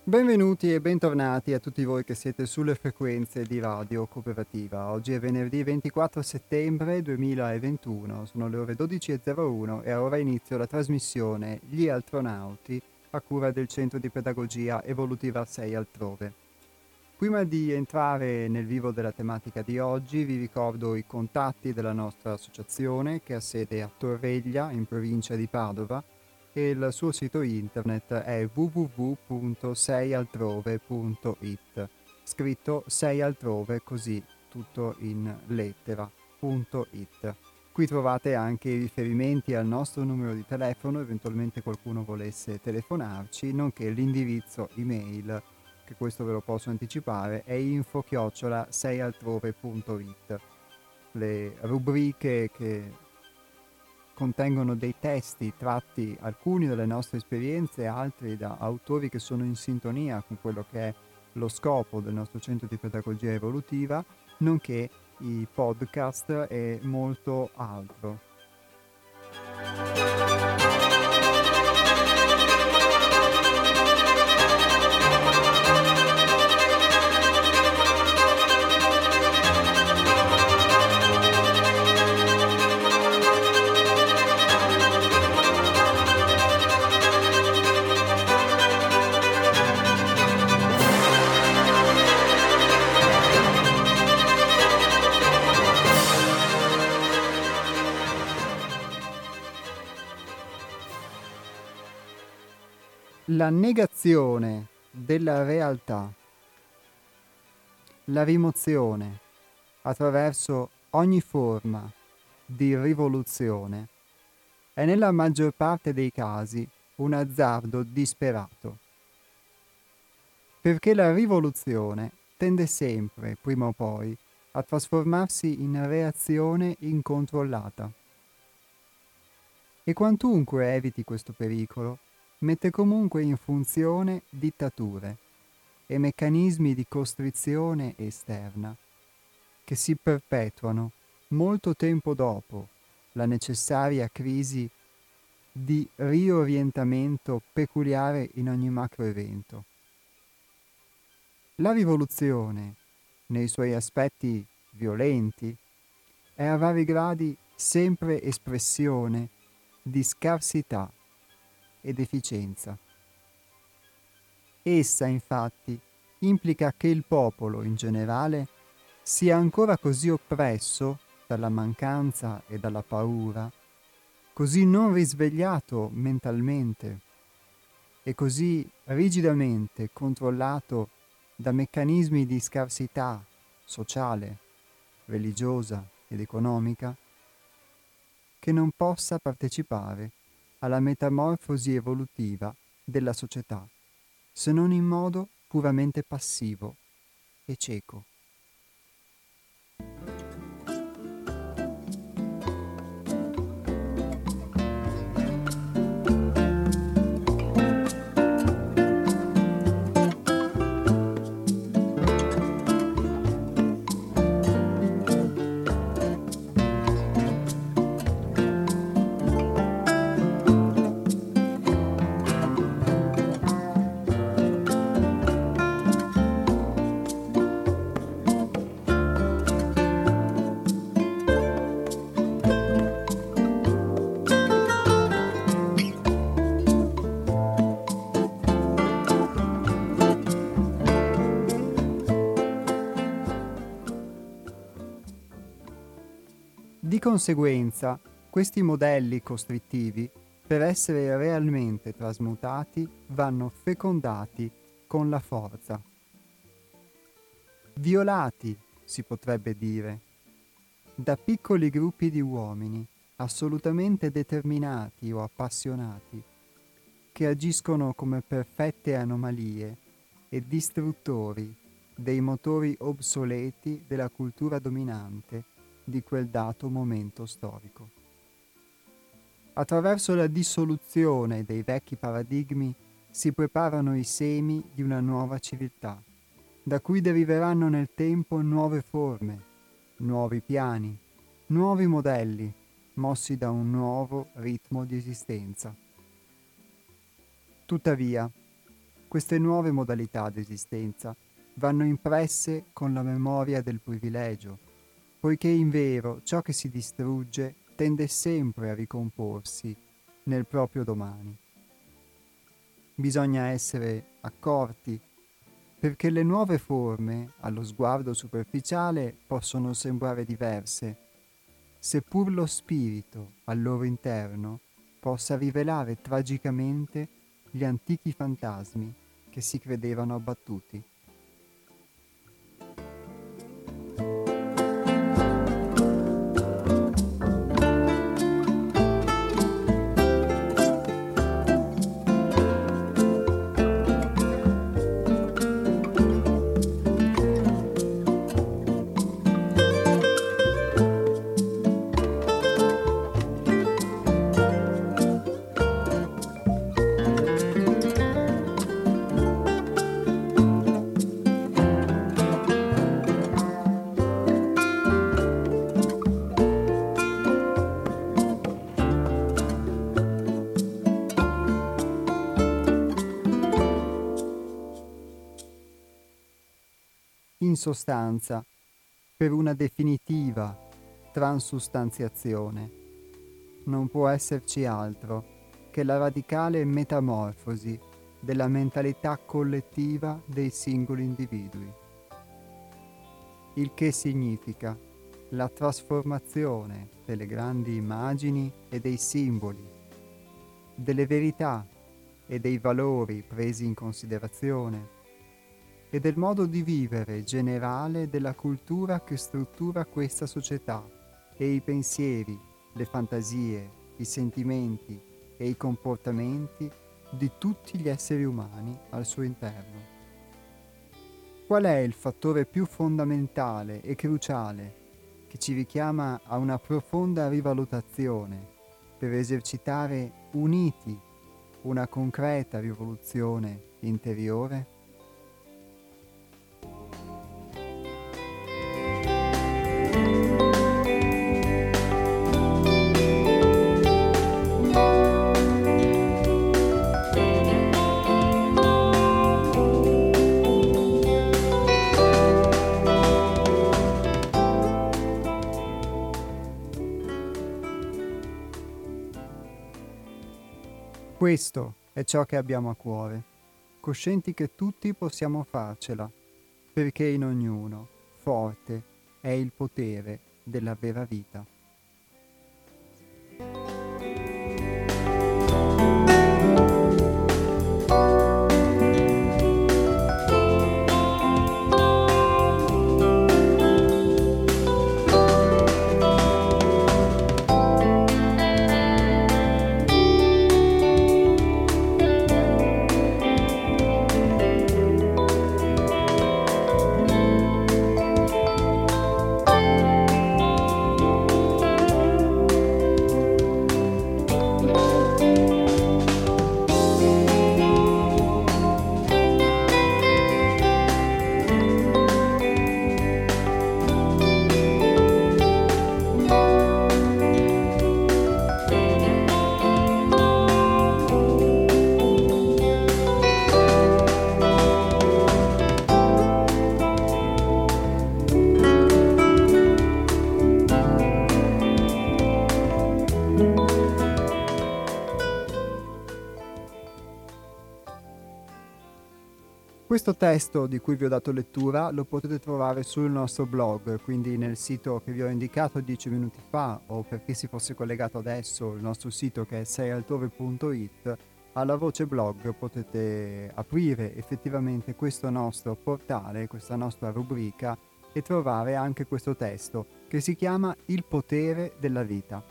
Benvenuti e bentornati a tutti voi che siete sulle frequenze di Radio Cooperativa. Oggi è venerdì 24 settembre 2021, sono le ore 12.01 e ora inizio la trasmissione Gli Altronauti a cura del Centro di Pedagogia Evolutiva 6 Altrove. Prima di entrare nel vivo della tematica di oggi vi ricordo i contatti della nostra associazione che ha sede a Torreglia in provincia di Padova e il suo sito internet è www.seialtrove.it, scritto 6 altrove così tutto in lettera.it. Qui trovate anche i riferimenti al nostro numero di telefono, eventualmente qualcuno volesse telefonarci, nonché l'indirizzo email, che questo ve lo posso anticipare, è info@seialtrove.it. Le rubriche che contengono dei testi tratti alcuni dalle nostre esperienze, altri da autori che sono in sintonia con quello che è lo scopo del nostro centro di pedagogia evolutiva, nonché i podcast e molto altro. La negazione della realtà, la rimozione attraverso ogni forma di rivoluzione è nella maggior parte dei casi un azzardo disperato, perché la rivoluzione tende sempre, prima o poi, a trasformarsi in reazione incontrollata. E quantunque eviti questo pericolo, mette comunque in funzione dittature e meccanismi di costrizione esterna che si perpetuano molto tempo dopo la necessaria crisi di riorientamento peculiare in ogni macroevento. La rivoluzione, nei suoi aspetti violenti, è a vari gradi sempre espressione di scarsità ed efficienza. Essa, infatti, implica che il popolo, in generale, sia ancora così oppresso dalla mancanza e dalla paura, così non risvegliato mentalmente e così rigidamente controllato da meccanismi di scarsità sociale, religiosa ed economica, che non possa partecipare alla metamorfosi evolutiva della società, se non in modo puramente passivo e cieco. Di conseguenza, questi modelli costrittivi, per essere realmente trasmutati, vanno fecondati con la forza. Violati, si potrebbe dire, da piccoli gruppi di uomini assolutamente determinati o appassionati, che agiscono come perfette anomalie e distruttori dei motori obsoleti della cultura dominante di quel dato momento storico. Attraverso la dissoluzione dei vecchi paradigmi si preparano i semi di una nuova civiltà, da cui deriveranno nel tempo nuove forme, nuovi piani, nuovi modelli, mossi da un nuovo ritmo di esistenza. Tuttavia, queste nuove modalità di esistenza vanno impresse con la memoria del privilegio, poiché in vero ciò che si distrugge tende sempre a ricomporsi nel proprio domani. Bisogna essere accorti perché le nuove forme, allo sguardo superficiale, possono sembrare diverse, seppur lo spirito al loro interno possa rivelare tragicamente gli antichi fantasmi che si credevano abbattuti. In sostanza, per una definitiva transustanziazione non può esserci altro che la radicale metamorfosi della mentalità collettiva dei singoli individui, il che significa la trasformazione delle grandi immagini e dei simboli, delle verità e dei valori presi in considerazione, e del modo di vivere generale della cultura che struttura questa società e i pensieri, le fantasie, i sentimenti e i comportamenti di tutti gli esseri umani al suo interno. Qual è il fattore più fondamentale e cruciale che ci richiama a una profonda rivalutazione per esercitare uniti una concreta rivoluzione interiore? Questo è ciò che abbiamo a cuore, coscienti che tutti possiamo farcela, perché in ognuno, forte, è il potere della vera vita. Questo testo di cui vi ho dato lettura lo potete trovare sul nostro blog, quindi nel sito che vi ho indicato 10 minuti fa, o per chi si fosse collegato adesso il nostro sito che è seialtrove.it. Alla voce blog potete aprire effettivamente questo nostro portale, questa nostra rubrica, e trovare anche questo testo che si chiama Il potere della vita.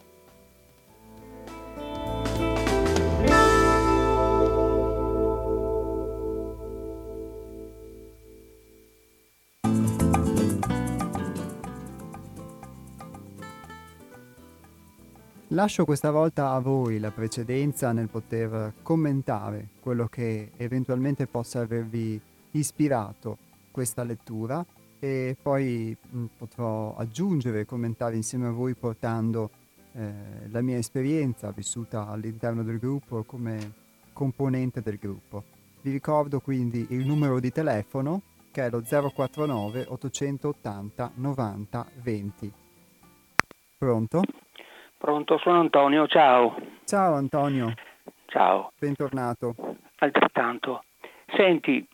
Lascio questa volta a voi la precedenza nel poter commentare quello che eventualmente possa avervi ispirato questa lettura, e poi potrò aggiungere e commentare insieme a voi portando la mia esperienza vissuta all'interno del gruppo come componente del gruppo. Vi ricordo quindi il numero di telefono, che è lo 049 880 90 20. Pronto? Pronto, sono Antonio, ciao. Ciao Antonio, Ciao, bentornato. altrettanto. Senti,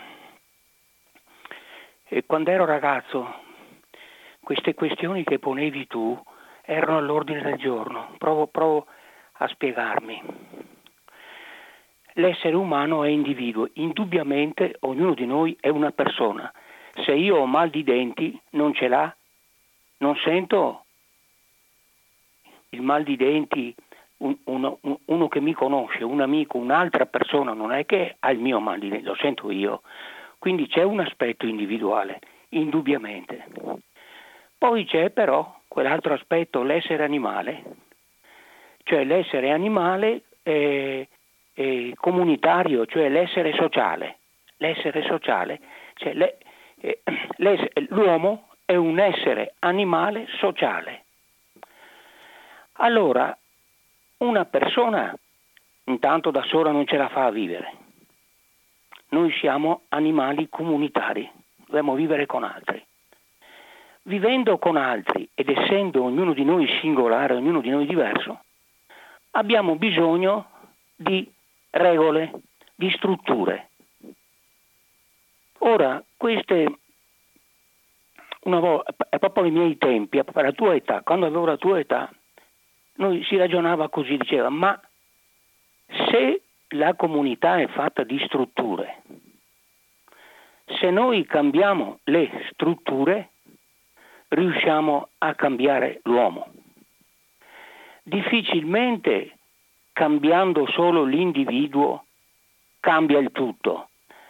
quando ero ragazzo, queste questioni che ponevi tu erano all'ordine del giorno. Provo a spiegarmi. L'essere umano è individuo, indubbiamente ognuno di noi è una persona. Se io ho mal di denti, non ce l'ha, non sento il mal di denti, uno che mi conosce, un amico, un'altra persona, non è che ha il mio mal di denti, lo sento io. Quindi c'è un aspetto individuale, indubbiamente. Poi c'è però quell'altro aspetto, l'essere animale, cioè l'essere animale comunitario, cioè l'essere sociale. L'essere sociale, cioè l'uomo è un essere animale sociale. Allora, una persona intanto da sola non ce la fa a vivere. Noi siamo animali comunitari, dobbiamo vivere con altri. Vivendo con altri ed essendo ognuno di noi singolare, ognuno di noi diverso, abbiamo bisogno di regole, di strutture. Ora, queste, una volta, proprio ai miei tempi, alla tua età, quando avevo la tua età, noi si ragionava così, diceva, ma se la comunità è fatta di strutture, se noi cambiamo le strutture, riusciamo a cambiare l'uomo. Difficilmente cambiando solo l'individuo cambia il tutto.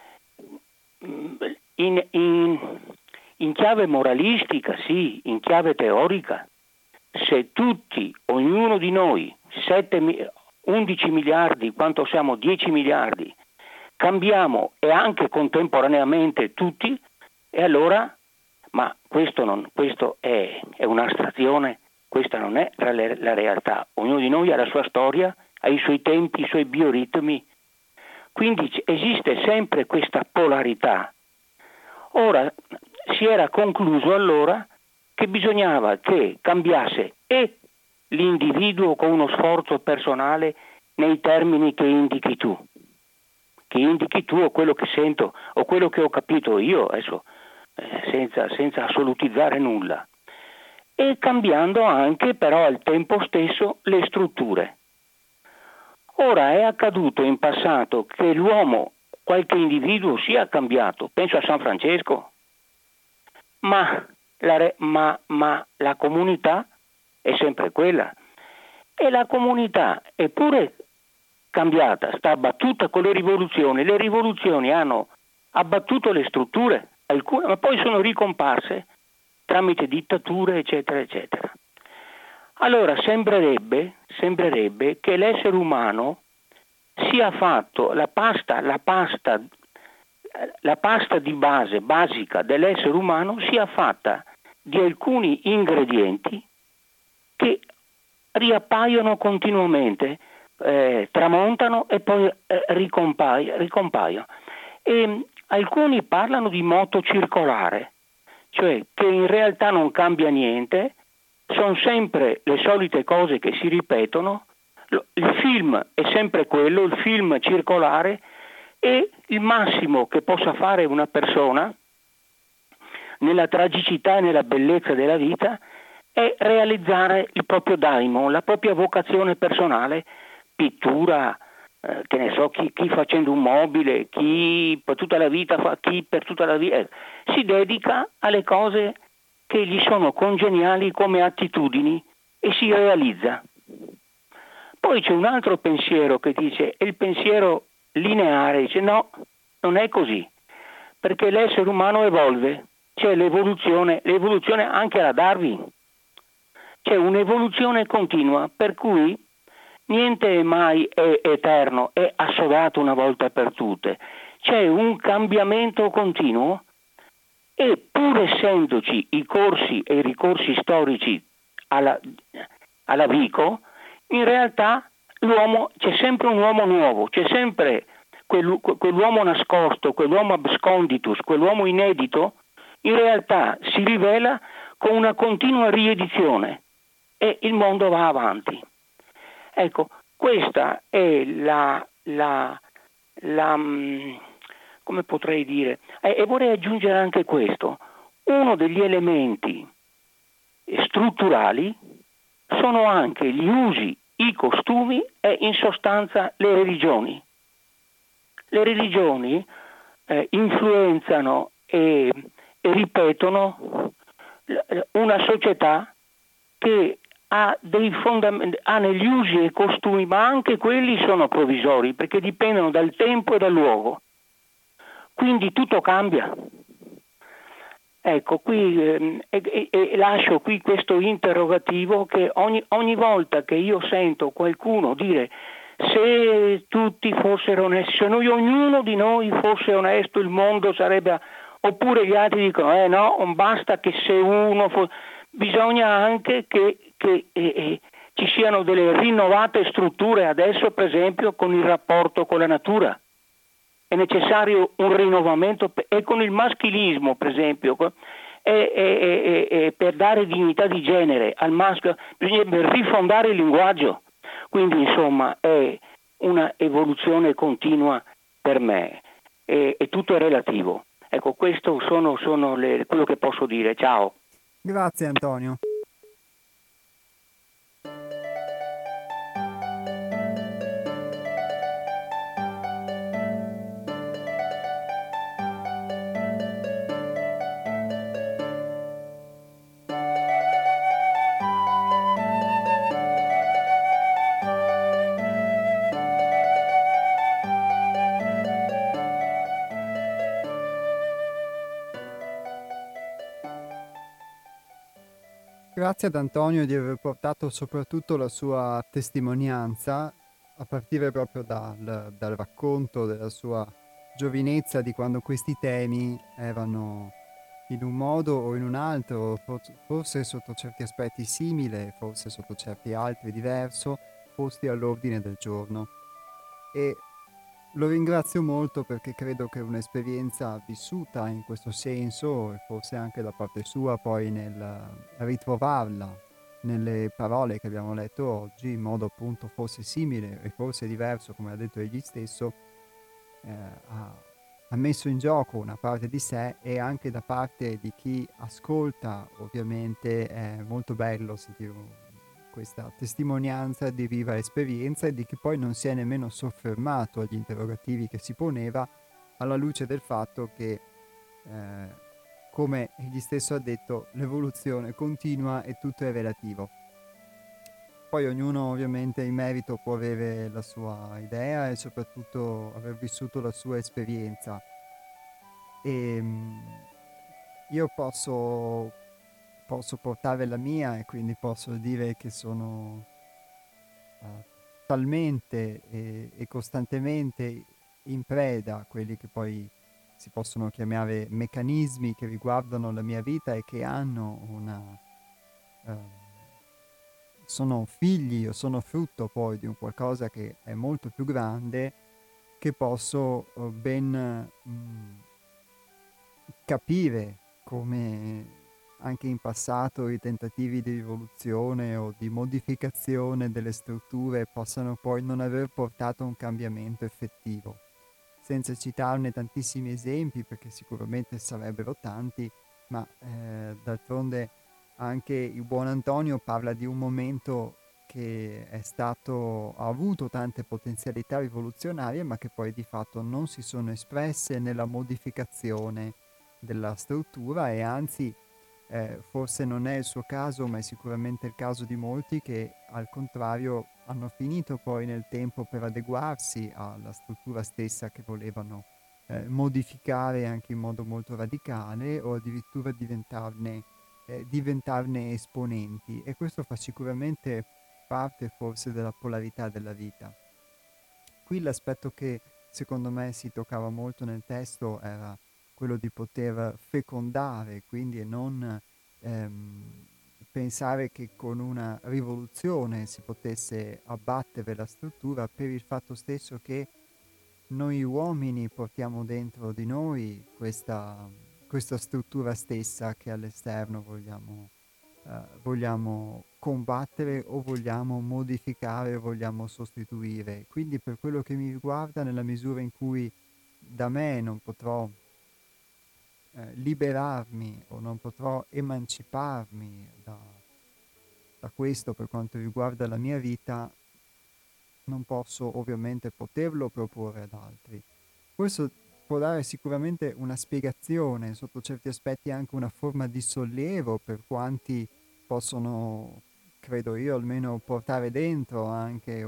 In chiave moralistica, sì, in chiave teorica, se tutti, ognuno di noi, 11 miliardi, quanto siamo 10 miliardi, cambiamo e anche contemporaneamente tutti, e allora, ma questo è un'astrazione, questa non è la realtà. Ognuno di noi ha la sua storia, ha i suoi tempi, i suoi bioritmi, quindi esiste sempre questa polarità. Ora si era concluso allora che bisognava che cambiasse e l'individuo con uno sforzo personale nei termini che indichi tu o quello che sento o quello che ho capito io adesso, senza assolutizzare nulla, e cambiando anche però al tempo stesso le strutture. Ora è accaduto in passato che l'uomo, qualche individuo sia cambiato, penso a San Francesco, ma la comunità è sempre quella, e la comunità è pure cambiata, sta abbattuta con le rivoluzioni hanno abbattuto le strutture, alcune, ma poi sono ricomparse tramite dittature, eccetera, eccetera. Allora sembrerebbe che l'essere umano sia fatto, la pasta di base, basica dell'essere umano sia fatta di alcuni ingredienti che riappaiono continuamente, tramontano e poi ricompaiono. E alcuni parlano di moto circolare, cioè che in realtà non cambia niente, sono sempre le solite cose che si ripetono, il film è sempre quello, il film circolare, e il massimo che possa fare una persona nella tragicità e nella bellezza della vita è realizzare il proprio daimon, la propria vocazione personale, pittura, che ne so, chi facendo un mobile, chi per tutta la vita si dedica alle cose che gli sono congeniali come attitudini e si realizza. Poi c'è un altro pensiero che dice, è il pensiero lineare, dice no, non è così, perché l'essere umano evolve, c'è l'evoluzione anche alla Darwin, c'è un'evoluzione continua, per cui niente mai è eterno, è assodato una volta per tutte, c'è un cambiamento continuo, e pur essendoci i corsi e i ricorsi storici alla Vico, in realtà c'è sempre un uomo nuovo, c'è sempre quell'uomo nascosto, quell'uomo absconditus, quell'uomo inedito, in realtà si rivela con una continua riedizione e il mondo va avanti. Ecco, questa è come potrei dire, e vorrei aggiungere anche questo, uno degli elementi strutturali sono anche gli usi, i costumi e in sostanza le religioni. Le religioni influenzano e ripetono una società che ha negli usi e costumi, ma anche quelli sono provvisori perché dipendono dal tempo e dal luogo. Quindi tutto cambia. Ecco, qui lascio qui questo interrogativo che ogni volta che io sento qualcuno dire se tutti fossero onesti, se ognuno di noi fosse onesto il mondo sarebbe... Oppure gli altri dicono no, non basta che se uno... Bisogna anche che ci siano delle rinnovate strutture adesso, per esempio, con il rapporto con la natura. È necessario un rinnovamento e con il maschilismo, per esempio, per dare dignità di genere al maschio bisogna rifondare il linguaggio. Quindi insomma è una evoluzione continua per me e tutto è relativo. Ecco, questo sono quello che posso dire. Ciao. Grazie Antonio. Grazie ad Antonio di aver portato soprattutto la sua testimonianza, a partire proprio dal racconto della sua giovinezza, di quando questi temi erano in un modo o in un altro, forse sotto certi aspetti simile, forse sotto certi altri diverso, posti all'ordine del giorno. E lo ringrazio molto perché credo che un'esperienza vissuta in questo senso, e forse anche da parte sua poi nel ritrovarla nelle parole che abbiamo letto oggi, in modo appunto forse simile e forse diverso, come ha detto egli stesso, ha messo in gioco una parte di sé, e anche da parte di chi ascolta ovviamente è molto bello sentire questa testimonianza di viva esperienza e di chi poi non si è nemmeno soffermato agli interrogativi che si poneva, alla luce del fatto che, come egli stesso ha detto, l'evoluzione continua e tutto è relativo. Poi ognuno ovviamente in merito può avere la sua idea e soprattutto aver vissuto la sua esperienza. E io posso portare la mia e quindi posso dire che sono talmente e costantemente in preda a quelli che poi si possono chiamare meccanismi che riguardano la mia vita e che hanno sono figli o sono frutto poi di un qualcosa che è molto più grande, che posso ben capire come anche in passato i tentativi di rivoluzione o di modificazione delle strutture possano poi non aver portato a un cambiamento effettivo. Senza citarne tantissimi esempi, perché sicuramente sarebbero tanti, ma d'altronde anche il buon Antonio parla di un momento che ha avuto tante potenzialità rivoluzionarie, ma che poi di fatto non si sono espresse nella modificazione della struttura, e anzi forse non è il suo caso, ma è sicuramente il caso di molti che al contrario hanno finito poi nel tempo per adeguarsi alla struttura stessa che volevano modificare anche in modo molto radicale, o addirittura diventarne esponenti, e questo fa sicuramente parte forse della polarità della vita. Qui l'aspetto che secondo me si toccava molto nel testo era quello di poter fecondare, quindi, e non pensare che con una rivoluzione si potesse abbattere la struttura, per il fatto stesso che noi uomini portiamo dentro di noi questa struttura stessa che all'esterno vogliamo combattere o vogliamo modificare o vogliamo sostituire. Quindi per quello che mi riguarda, nella misura in cui da me non potrò liberarmi o non potrò emanciparmi da questo per quanto riguarda la mia vita, non posso ovviamente poterlo proporre ad altri. Questo può dare sicuramente una spiegazione, sotto certi aspetti anche una forma di sollievo per quanti possono, credo io almeno, portare dentro anche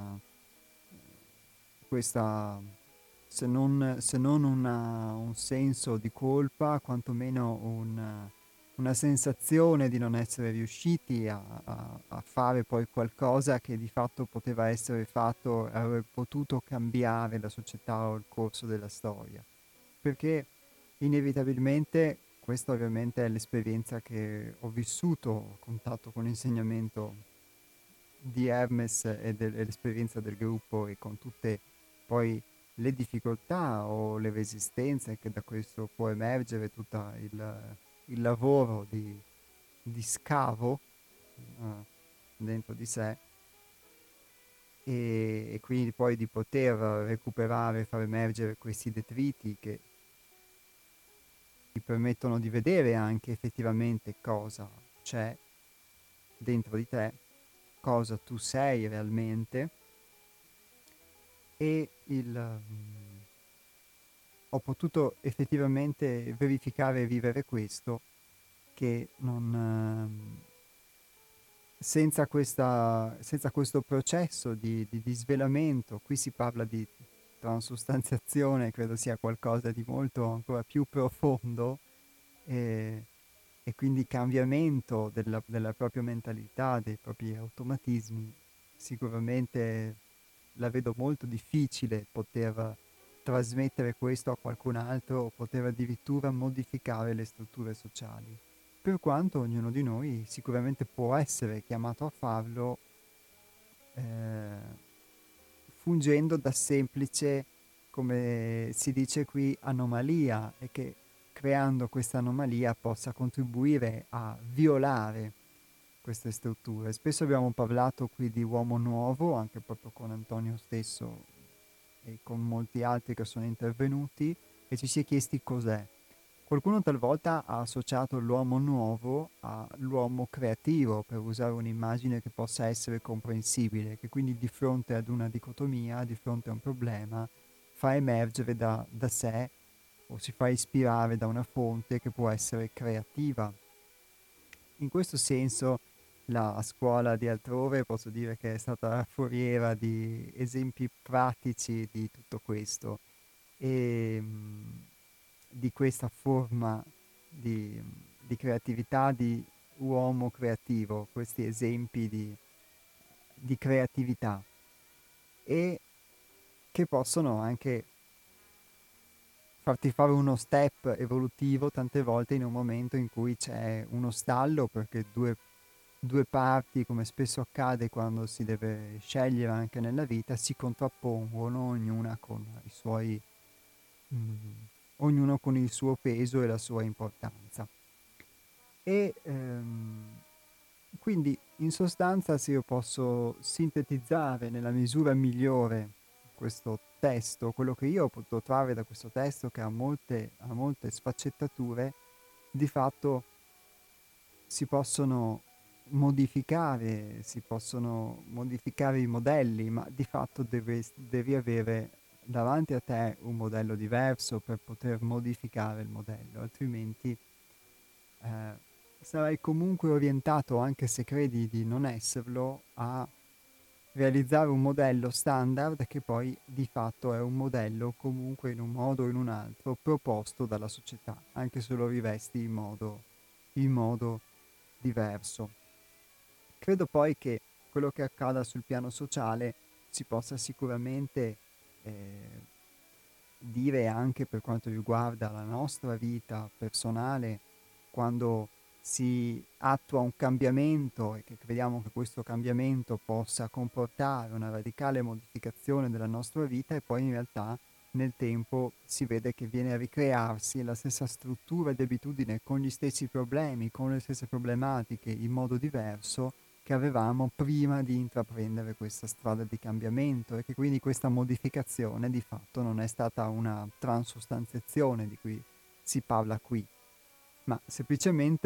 questa, se non un senso di colpa, quantomeno una sensazione di non essere riusciti a fare poi qualcosa che di fatto poteva essere fatto, aver potuto cambiare la società o il corso della storia. Perché inevitabilmente questa ovviamente è l'esperienza che ho vissuto a contatto con l'insegnamento di Hermes e l'esperienza del gruppo e con tutte poi le difficoltà o le resistenze che da questo può emergere, tutto il lavoro di scavo dentro di sé e quindi poi di poter recuperare, far emergere questi detriti che ti permettono di vedere anche effettivamente cosa c'è dentro di te, cosa tu sei realmente e ho potuto effettivamente verificare e vivere questo che senza questo processo di svelamento, qui si parla di transustanziazione, credo sia qualcosa di molto ancora più profondo e, e quindi cambiamento della propria mentalità, dei propri automatismi, sicuramente la vedo molto difficile poter trasmettere questo a qualcun altro o poter addirittura modificare le strutture sociali. Per quanto ognuno di noi sicuramente può essere chiamato a farlo eh, fungendo da semplice, come si dice qui, anomalia e che creando questa anomalia possa contribuire a violare queste strutture. Spesso abbiamo parlato qui di uomo nuovo, anche proprio con Antonio stesso e con molti altri che sono intervenuti, e ci si è chiesti cos'è. Qualcuno talvolta ha associato l'uomo nuovo all'uomo creativo, per usare un'immagine che possa essere comprensibile, che quindi di fronte ad una dicotomia, di fronte a un problema, fa emergere da sé o si fa ispirare da una fonte che può essere creativa. In questo senso la scuola di altrove posso dire che è stata foriera di esempi pratici di tutto questo e di questa forma di creatività, di uomo creativo, questi esempi di creatività e che possono anche farti fare uno step evolutivo tante volte in un momento in cui c'è uno stallo perché due parti, come spesso accade quando si deve scegliere anche nella vita, si contrappongono ognuna con i suoi, ognuno con il suo peso e la sua importanza. E quindi in sostanza, se io posso sintetizzare nella misura migliore questo testo, quello che io ho potuto trarre da questo testo che ha molte sfaccettature, di fatto si possono modificare i modelli, ma di fatto devi avere davanti a te un modello diverso per poter modificare il modello, altrimenti sarai comunque orientato, anche se credi di non esserlo, a realizzare un modello standard che poi di fatto è un modello comunque in un modo o in un altro proposto dalla società, anche se lo rivesti in modo diverso. Credo poi che quello che accada sul piano sociale si possa sicuramente dire anche per quanto riguarda la nostra vita personale, quando si attua un cambiamento e che crediamo che questo cambiamento possa comportare una radicale modificazione della nostra vita e poi in realtà nel tempo si vede che viene a ricrearsi la stessa struttura di abitudine con gli stessi problemi, con le stesse problematiche in modo diverso che avevamo prima di intraprendere questa strada di cambiamento, e che quindi questa modificazione di fatto non è stata una transostanziazione di cui si parla qui, ma semplicemente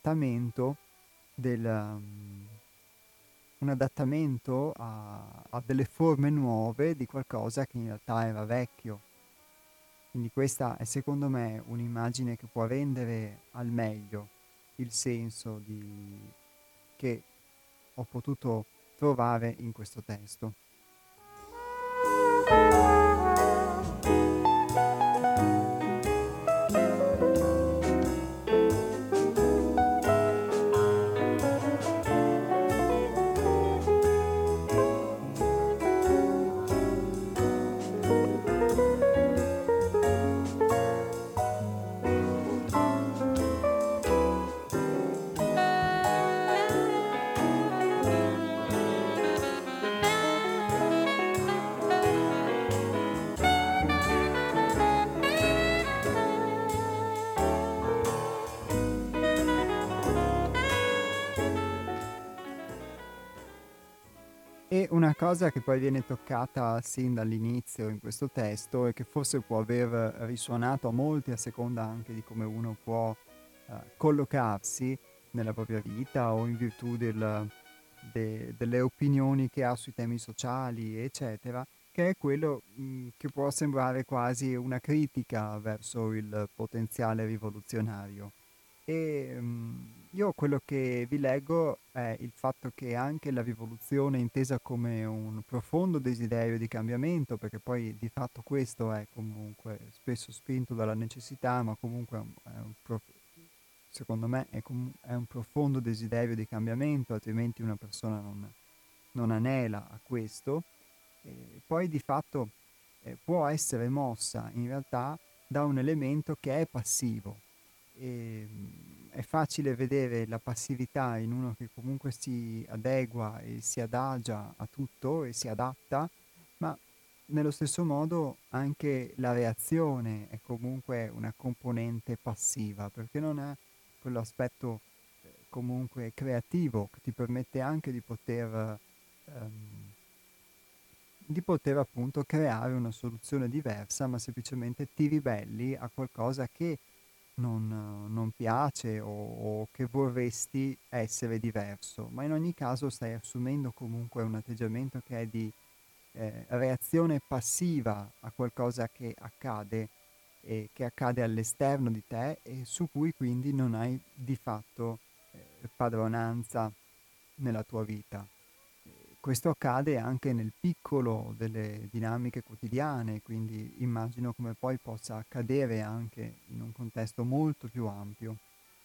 un adattamento a delle forme nuove di qualcosa che in realtà era vecchio. Quindi questa è secondo me un'immagine che può rendere al meglio il senso che ho potuto trovare in questo testo. E una cosa che poi viene toccata sin dall'inizio in questo testo e che forse può aver risuonato a molti a seconda anche di come uno può collocarsi nella propria vita o in virtù delle opinioni che ha sui temi sociali, eccetera, che è quello che può sembrare quasi una critica verso il potenziale rivoluzionario. E io quello che vi leggo è il fatto che anche la rivoluzione intesa come un profondo desiderio di cambiamento, perché poi di fatto questo è comunque spesso spinto dalla necessità, ma comunque secondo me è un profondo desiderio di cambiamento, altrimenti una persona non anela a questo. E poi di fatto può essere mossa in realtà da un elemento che è passivo. E, è facile vedere la passività in uno che comunque si adegua e si adagia a tutto e si adatta, ma nello stesso modo anche la reazione è comunque una componente passiva, perché non ha quell'aspetto comunque creativo che ti permette anche di poter appunto creare una soluzione diversa, ma semplicemente ti ribelli a qualcosa che non piace o che vorresti essere diverso, ma in ogni caso stai assumendo comunque un atteggiamento che è di reazione passiva a qualcosa che accade e che accade all'esterno di te e su cui quindi non hai di fatto padronanza nella tua vita. Questo accade anche nel piccolo delle dinamiche quotidiane, quindi immagino come poi possa accadere anche in un contesto molto più ampio.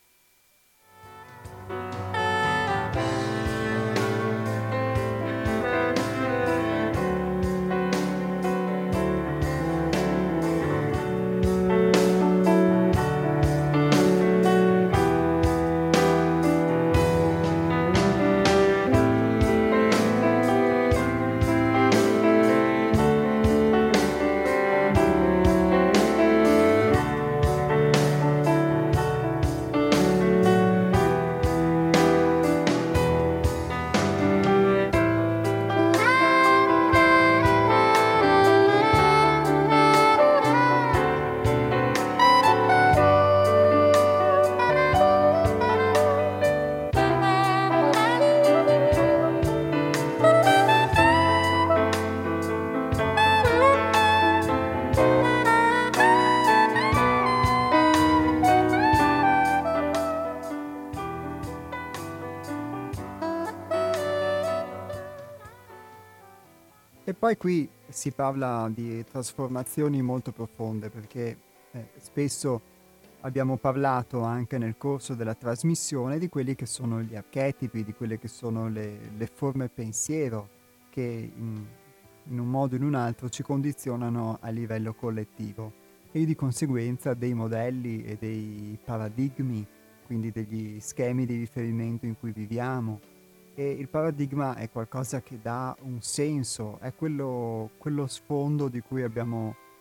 E poi qui si parla di trasformazioni molto profonde, perché spesso abbiamo parlato anche nel corso della trasmissione di quelli che sono gli archetipi, di quelle che sono le forme pensiero che in un modo o in un altro ci condizionano a livello collettivo e di conseguenza dei modelli e dei paradigmi, quindi degli schemi di riferimento in cui viviamo. E il paradigma è qualcosa che dà un senso, è quello sfondo di cui abbiamo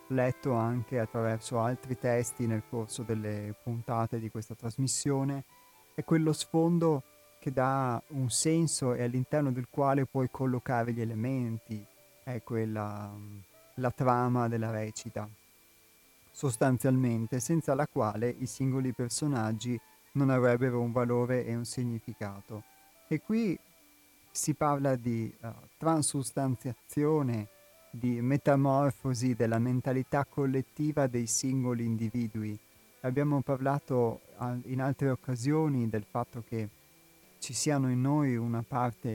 letto anche attraverso altri testi nel corso delle puntate di questa trasmissione, è quello sfondo che dà un senso e all'interno del quale puoi collocare gli elementi, è quella la trama della recita, sostanzialmente, senza la quale i singoli personaggi non avrebbero un valore e un significato. E qui si parla di transustanziazione, di metamorfosi della mentalità collettiva dei singoli individui. Abbiamo parlato in altre occasioni del fatto che ci siano in noi una parte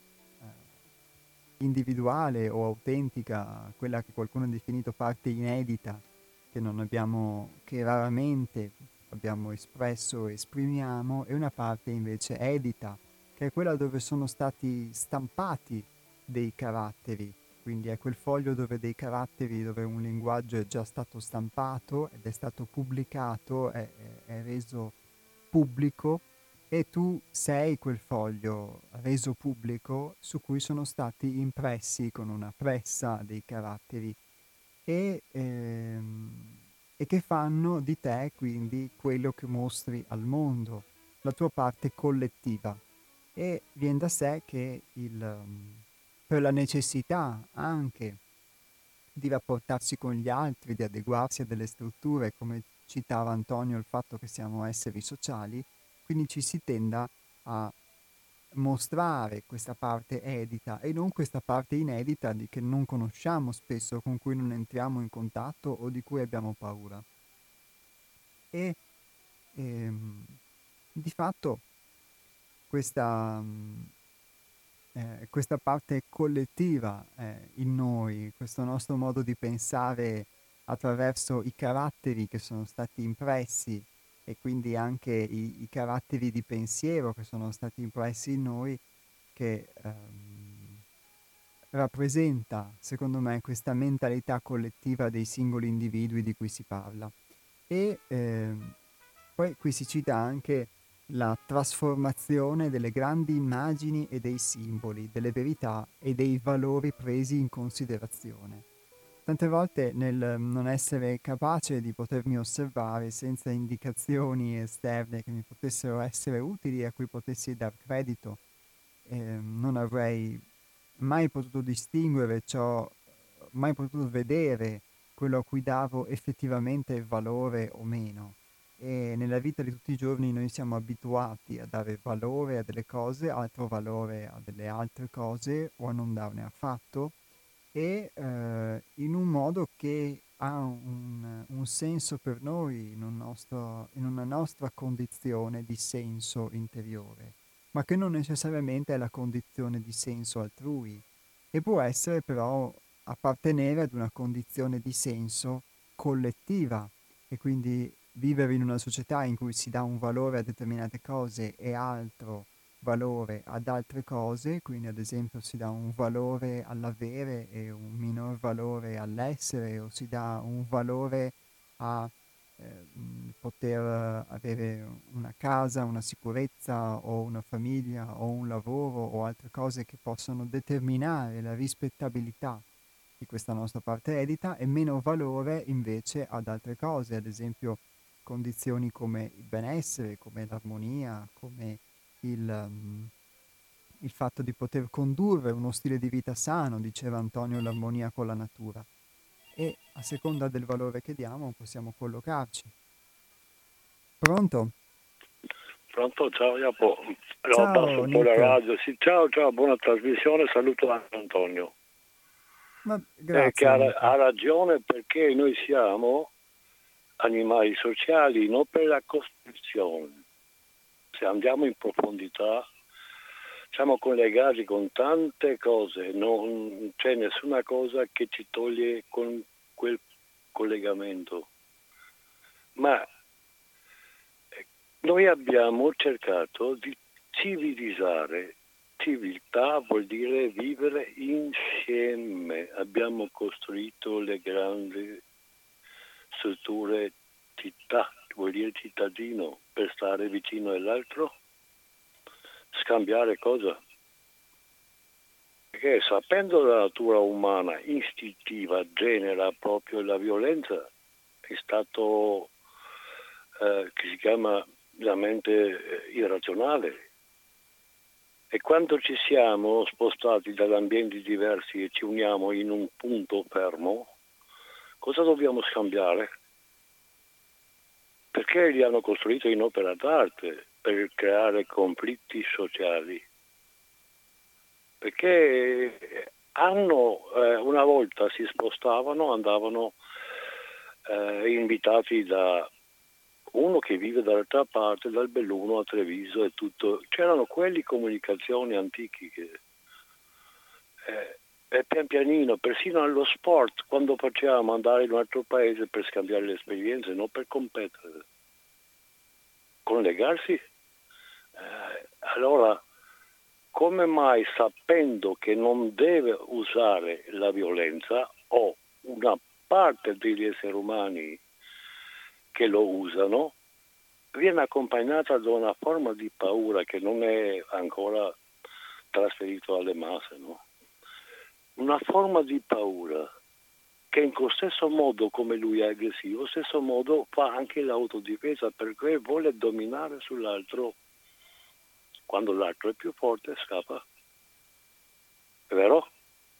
individuale o autentica, quella che qualcuno ha definito parte inedita, che non abbiamo, che raramente abbiamo espresso e esprimiamo, e una parte invece edita, che è quella dove sono stati stampati dei caratteri, quindi è quel foglio dove dei caratteri, dove un linguaggio è già stato stampato ed è stato pubblicato, è reso pubblico, e tu sei quel foglio reso pubblico su cui sono stati impressi con una pressa dei caratteri e, e che fanno di te quindi quello che mostri al mondo, la tua parte collettiva. E viene da sé che per la necessità anche di rapportarsi con gli altri, di adeguarsi a delle strutture, come citava Antonio il fatto che siamo esseri sociali, quindi ci si tenda a mostrare questa parte edita e non questa parte inedita di che non conosciamo spesso, con cui non entriamo in contatto o di cui abbiamo paura. E ehm, di fatto questa, questa parte collettiva in noi, questo nostro modo di pensare attraverso i caratteri che sono stati impressi e quindi anche i caratteri di pensiero che sono stati impressi in noi, che rappresenta, secondo me, questa mentalità collettiva dei singoli individui di cui si parla. E poi qui si cita anche la trasformazione delle grandi immagini e dei simboli, delle verità e dei valori presi in considerazione. Tante volte nel non essere capace di potermi osservare senza indicazioni esterne che mi potessero essere utili e a cui potessi dar credito, non avrei mai potuto distinguere ciò, mai potuto vedere quello a cui davo effettivamente valore o meno. E nella vita di tutti i giorni noi siamo abituati a dare valore a delle cose, altro valore a delle altre cose o a non darne affatto, e in un modo che ha un senso per noi, in una nostra condizione di senso interiore, ma che non necessariamente è la condizione di senso altrui, e può essere però appartenere ad una condizione di senso collettiva, e quindi vivere in una società in cui si dà un valore a determinate cose e altro valore ad altre cose, quindi ad esempio si dà un valore all'avere e un minor valore all'essere, o si dà un valore a poter avere una casa, una sicurezza o una famiglia o un lavoro o altre cose che possono determinare la rispettabilità di questa nostra parte edita, e meno valore invece ad altre cose, ad esempio condizioni come il benessere, come l'armonia, come il fatto di poter condurre uno stile di vita sano, diceva Antonio, l'armonia con la natura. E a seconda del valore che diamo possiamo collocarci. Pronto? Pronto, ciao Iapo. Allora, abbasso Ciao un po' la Nick. radio. Sì, ciao, buona trasmissione, saluto anche Antonio. Che Grazie. ha ragione, perché noi siamo animali sociali, non per la costruzione. Se andiamo in profondità, siamo collegati con tante cose, non c'è nessuna cosa che ci toglie con quel collegamento. Ma noi abbiamo cercato di civilizzare. Civiltà vuol dire vivere insieme. Abbiamo costruito le grandi strutture città, vuol dire cittadino, per stare vicino all'altro, scambiare cosa. Perché sapendo la natura umana istintiva genera proprio la violenza, è stato che si chiama la mente irrazionale. E quando ci siamo spostati da ambienti diversi e ci uniamo in un punto fermo, cosa dobbiamo scambiare? Perché li hanno costruito in opera d'arte per creare conflitti sociali? Perché una volta si spostavano, andavano invitati da uno che vive dall'altra parte, dal Belluno a Treviso e tutto. C'erano quelle comunicazioni antiche che e pian pianino, persino allo sport, quando facciamo andare in un altro paese per scambiare le esperienze, non per competere, collegarsi. Allora, come mai, sapendo che non deve usare la violenza, o una parte degli esseri umani che lo usano, viene accompagnata da una forma di paura che non è ancora trasferito alle masse, no? Una forma di paura che in questo stesso modo come lui è aggressivo, stesso modo fa anche l'autodifesa, perché vuole dominare sull'altro. Quando l'altro è più forte scappa. È vero?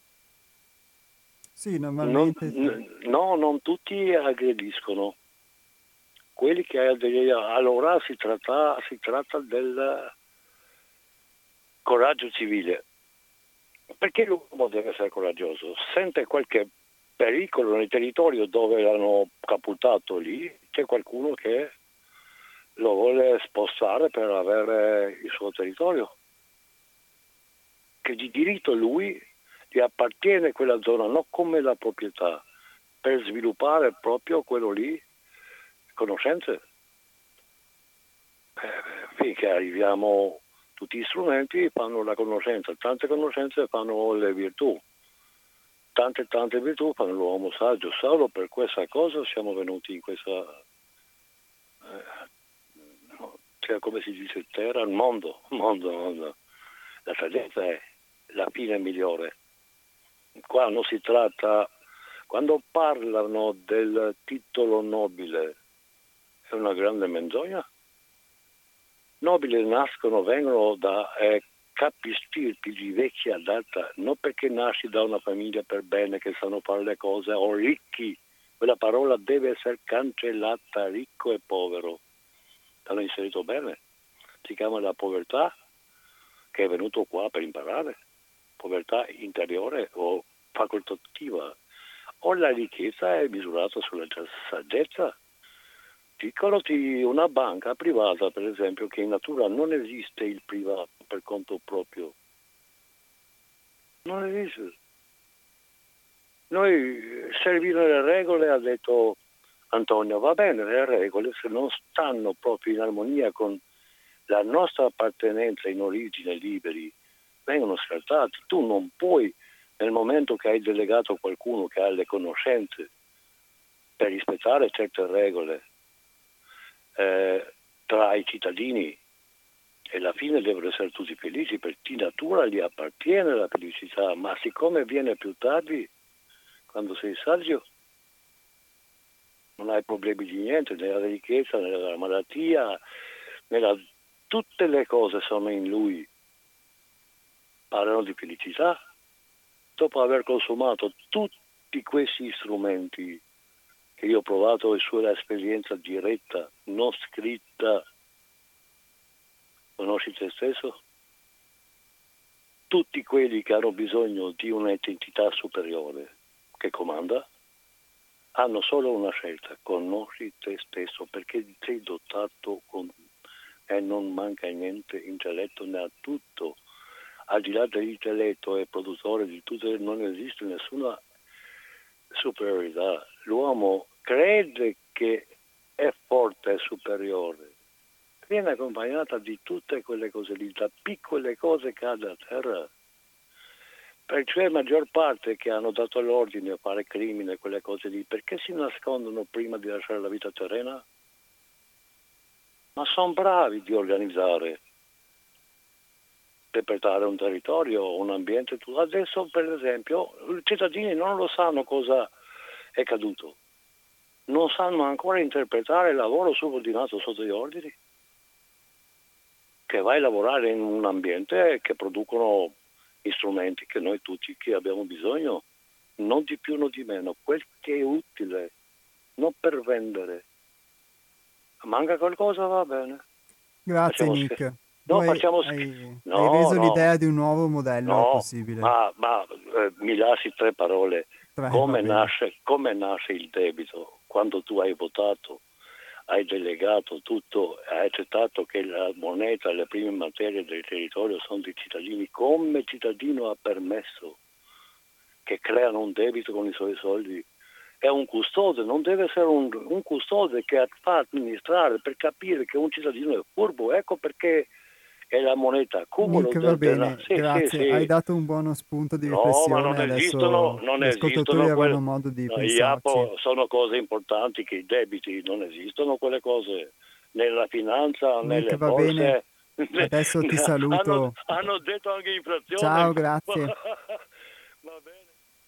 Sì, normalmente Non tutti aggrediscono. Quelli che allora si tratta del coraggio civile. Perché l'uomo deve essere coraggioso? Sente qualche pericolo nel territorio dove l'hanno caputato lì, c'è qualcuno che lo vuole spostare per avere il suo territorio. Che di diritto lui gli appartiene quella zona, non come la proprietà, per sviluppare proprio quello lì, conoscenze. Finché arriviamo, tutti gli strumenti fanno la conoscenza, tante conoscenze fanno le virtù, tante virtù fanno l'uomo saggio. Solo per questa cosa siamo venuti in questa, cioè come si dice, terra, mondo. La saggezza è la fine migliore. Qua non si tratta, quando parlano del titolo nobile, è una grande menzogna. Nobili vengono da capistirpi di vecchia data, non perché nasci da una famiglia per bene che sanno fare le cose, o ricchi. Quella parola deve essere cancellata, ricco e povero. L'hanno inserito bene. Si chiama la povertà, che è venuto qua per imparare. Povertà interiore o facoltativa. O la ricchezza è misurata sulla saggezza. Dicono una banca privata, per esempio, che in natura non esiste il privato per conto proprio. Non esiste. Noi servire le regole, ha detto Antonio, va bene, le regole se non stanno proprio in armonia con la nostra appartenenza in origine liberi, vengono scartati. Tu non puoi, nel momento che hai delegato qualcuno che ha le conoscenze per rispettare certe regole tra i cittadini, e alla fine devono essere tutti felici, perché di natura gli appartiene la felicità, ma siccome viene più tardi, quando sei saggio, non hai problemi di niente, nella ricchezza, nella malattia, tutte le cose sono in lui. Parlano di felicità. Dopo aver consumato tutti questi strumenti che io ho provato e sulla esperienza diretta, non scritta, conosci te stesso? Tutti quelli che hanno bisogno di un'entità superiore che comanda hanno solo una scelta: conosci te stesso, perché sei dotato e non manca niente, intelletto ne ha tutto. Al di là dell'intelletto e produttore di tutto non esiste nessuna superiorità. L'uomo crede che è forte e superiore, viene accompagnata di tutte quelle cose lì, da piccole cose che cade a terra. Perciò la maggior parte che hanno dato l'ordine a fare crimine, quelle cose lì, perché si nascondono prima di lasciare la vita terrena? Ma sono bravi di organizzare. interpretare un territorio, un ambiente. Adesso, per esempio, i cittadini non lo sanno cosa è caduto. Non sanno ancora interpretare il lavoro subordinato sotto gli ordini, che vai a lavorare in un ambiente che producono strumenti che noi tutti che abbiamo bisogno, non di più, non di meno, quel che è utile, non per vendere. Manca qualcosa, va bene. Grazie Facciamo Nick. scher- Tu No, hai, facciamo hai No, reso no, l'idea di un nuovo modello no, possibile. ma mi lasci 3 parole. Va bene. Come nasce il debito? Quando tu hai votato, hai delegato tutto, hai accettato che la moneta e le prime materie del territorio sono dei cittadini, come cittadino ha permesso che creano un debito con i suoi soldi? È un custode, non deve essere un custode che fa amministrare per capire che un cittadino è furbo. Ecco perché è la moneta accumulo Nick, va del denaro. bene, Sì, sì, grazie. Hai sì. dato un buono spunto di No, ma riflessione. Adesso non gli ascoltatori esistono avranno quelle. modo di No, gli pensarci. APO sono cose importanti, che i debiti non esistono quelle cose nella finanza, Nick, nelle va bene. borse. Adesso ti hanno, saluto. hanno detto anche inflazione. Ciao, grazie. Va bene.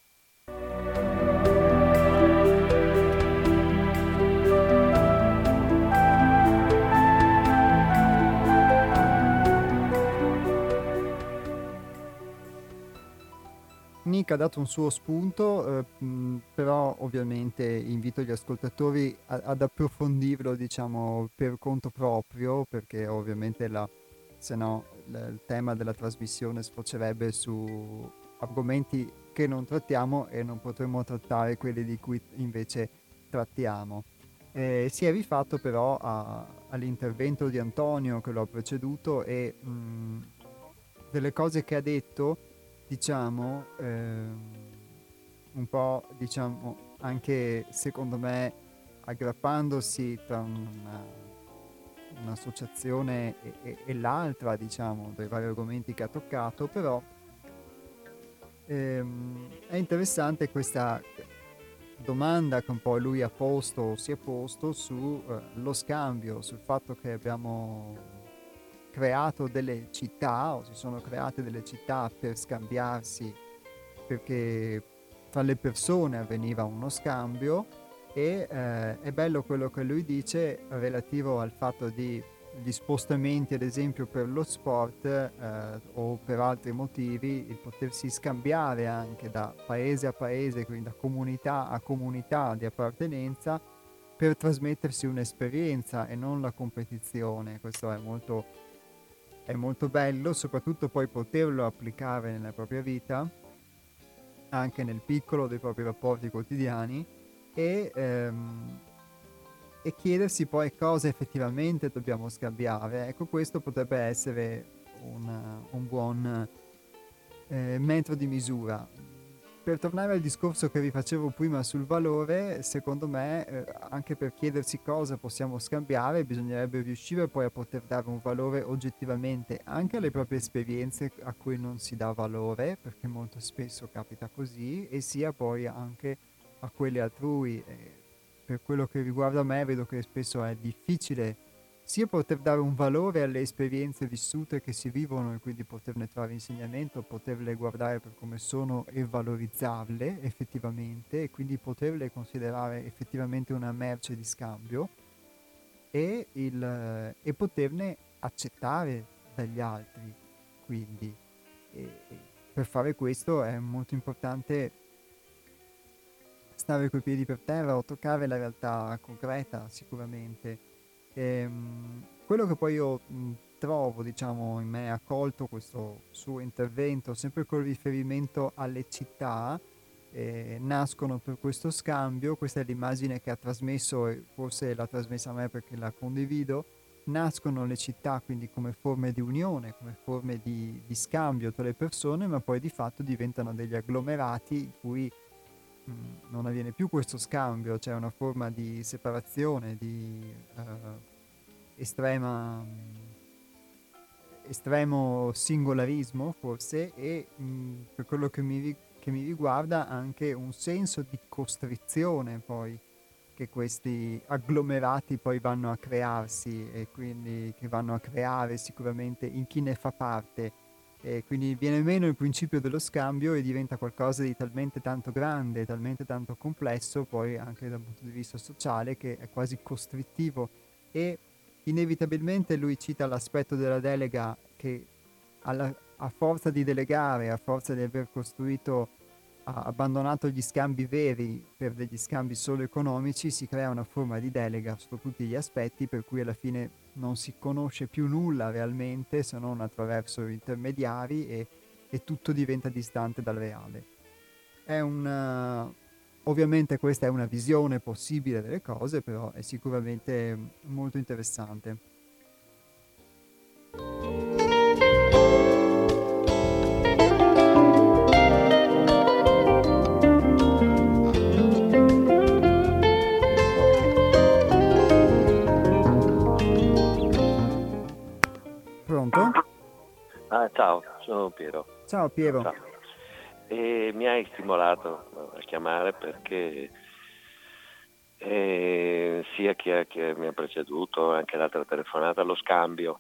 Nick ha dato un suo spunto, però ovviamente invito gli ascoltatori ad approfondirlo, diciamo, per conto proprio, perché ovviamente se no il tema della trasmissione sfocerebbe su argomenti che non trattiamo e non potremmo trattare quelli di cui invece trattiamo. Si è rifatto però all'intervento di Antonio che lo ha preceduto e delle cose che ha detto, diciamo, un po', diciamo, anche secondo me aggrappandosi tra un'associazione e l'altra, diciamo, dei vari argomenti che ha toccato, però è interessante questa domanda che un po' lui ha posto, si è posto su lo scambio, sul fatto che abbiamo creato delle città o si sono create delle città per scambiarsi, perché tra le persone avveniva uno scambio e è bello quello che lui dice relativo al fatto di gli spostamenti ad esempio per lo sport o per altri motivi, il potersi scambiare anche da paese a paese, quindi da comunità a comunità di appartenenza per trasmettersi un'esperienza e non la competizione. Questo è molto bello, soprattutto poi poterlo applicare nella propria vita, anche nel piccolo dei propri rapporti quotidiani e chiedersi poi cosa effettivamente dobbiamo scambiare. Ecco, questo potrebbe essere un buon metro di misura. Per tornare al discorso che vi facevo prima sul valore, secondo me anche per chiedersi cosa possiamo scambiare bisognerebbe riuscire poi a poter dare un valore oggettivamente anche alle proprie esperienze a cui non si dà valore, perché molto spesso capita così, e sia poi anche a quelle altrui. Per quello che riguarda me vedo che spesso è difficile sia poter dare un valore alle esperienze vissute che si vivono e quindi poterne trarre insegnamento, poterle guardare per come sono e valorizzarle effettivamente e quindi poterle considerare effettivamente una merce di scambio e poterne accettare dagli altri. Quindi e per fare questo è molto importante stare coi piedi per terra o toccare la realtà concreta sicuramente. Quello che poi io trovo, diciamo, in me ha colto questo suo intervento, sempre col riferimento alle città, nascono per questo scambio, questa è l'immagine che ha trasmesso e forse l'ha trasmessa a me perché la condivido, nascono le città quindi come forme di unione, come forme di scambio tra le persone, ma poi di fatto diventano degli agglomerati in cui non avviene più questo scambio, c'è una forma di separazione, di estremo singolarismo forse e per quello che mi riguarda anche un senso di costrizione poi che questi agglomerati poi vanno a crearsi e quindi che vanno a creare sicuramente in chi ne fa parte e quindi viene meno il principio dello scambio e diventa qualcosa di talmente tanto grande, talmente tanto complesso, poi anche dal punto di vista sociale, che è quasi costrittivo. E inevitabilmente lui cita l'aspetto della delega che a forza di delegare, a forza di aver costruito, ha abbandonato gli scambi veri per degli scambi solo economici, si crea una forma di delega su tutti gli aspetti, per cui alla fine non si conosce più nulla realmente se non attraverso intermediari e tutto diventa distante dal reale. È ovviamente questa è una visione possibile delle cose, però è sicuramente molto interessante. Pronto? Ciao, sono Piero. Ciao Piero. Ciao. E mi hai stimolato a chiamare perché sia chi mi ha preceduto, anche l'altra telefonata, lo scambio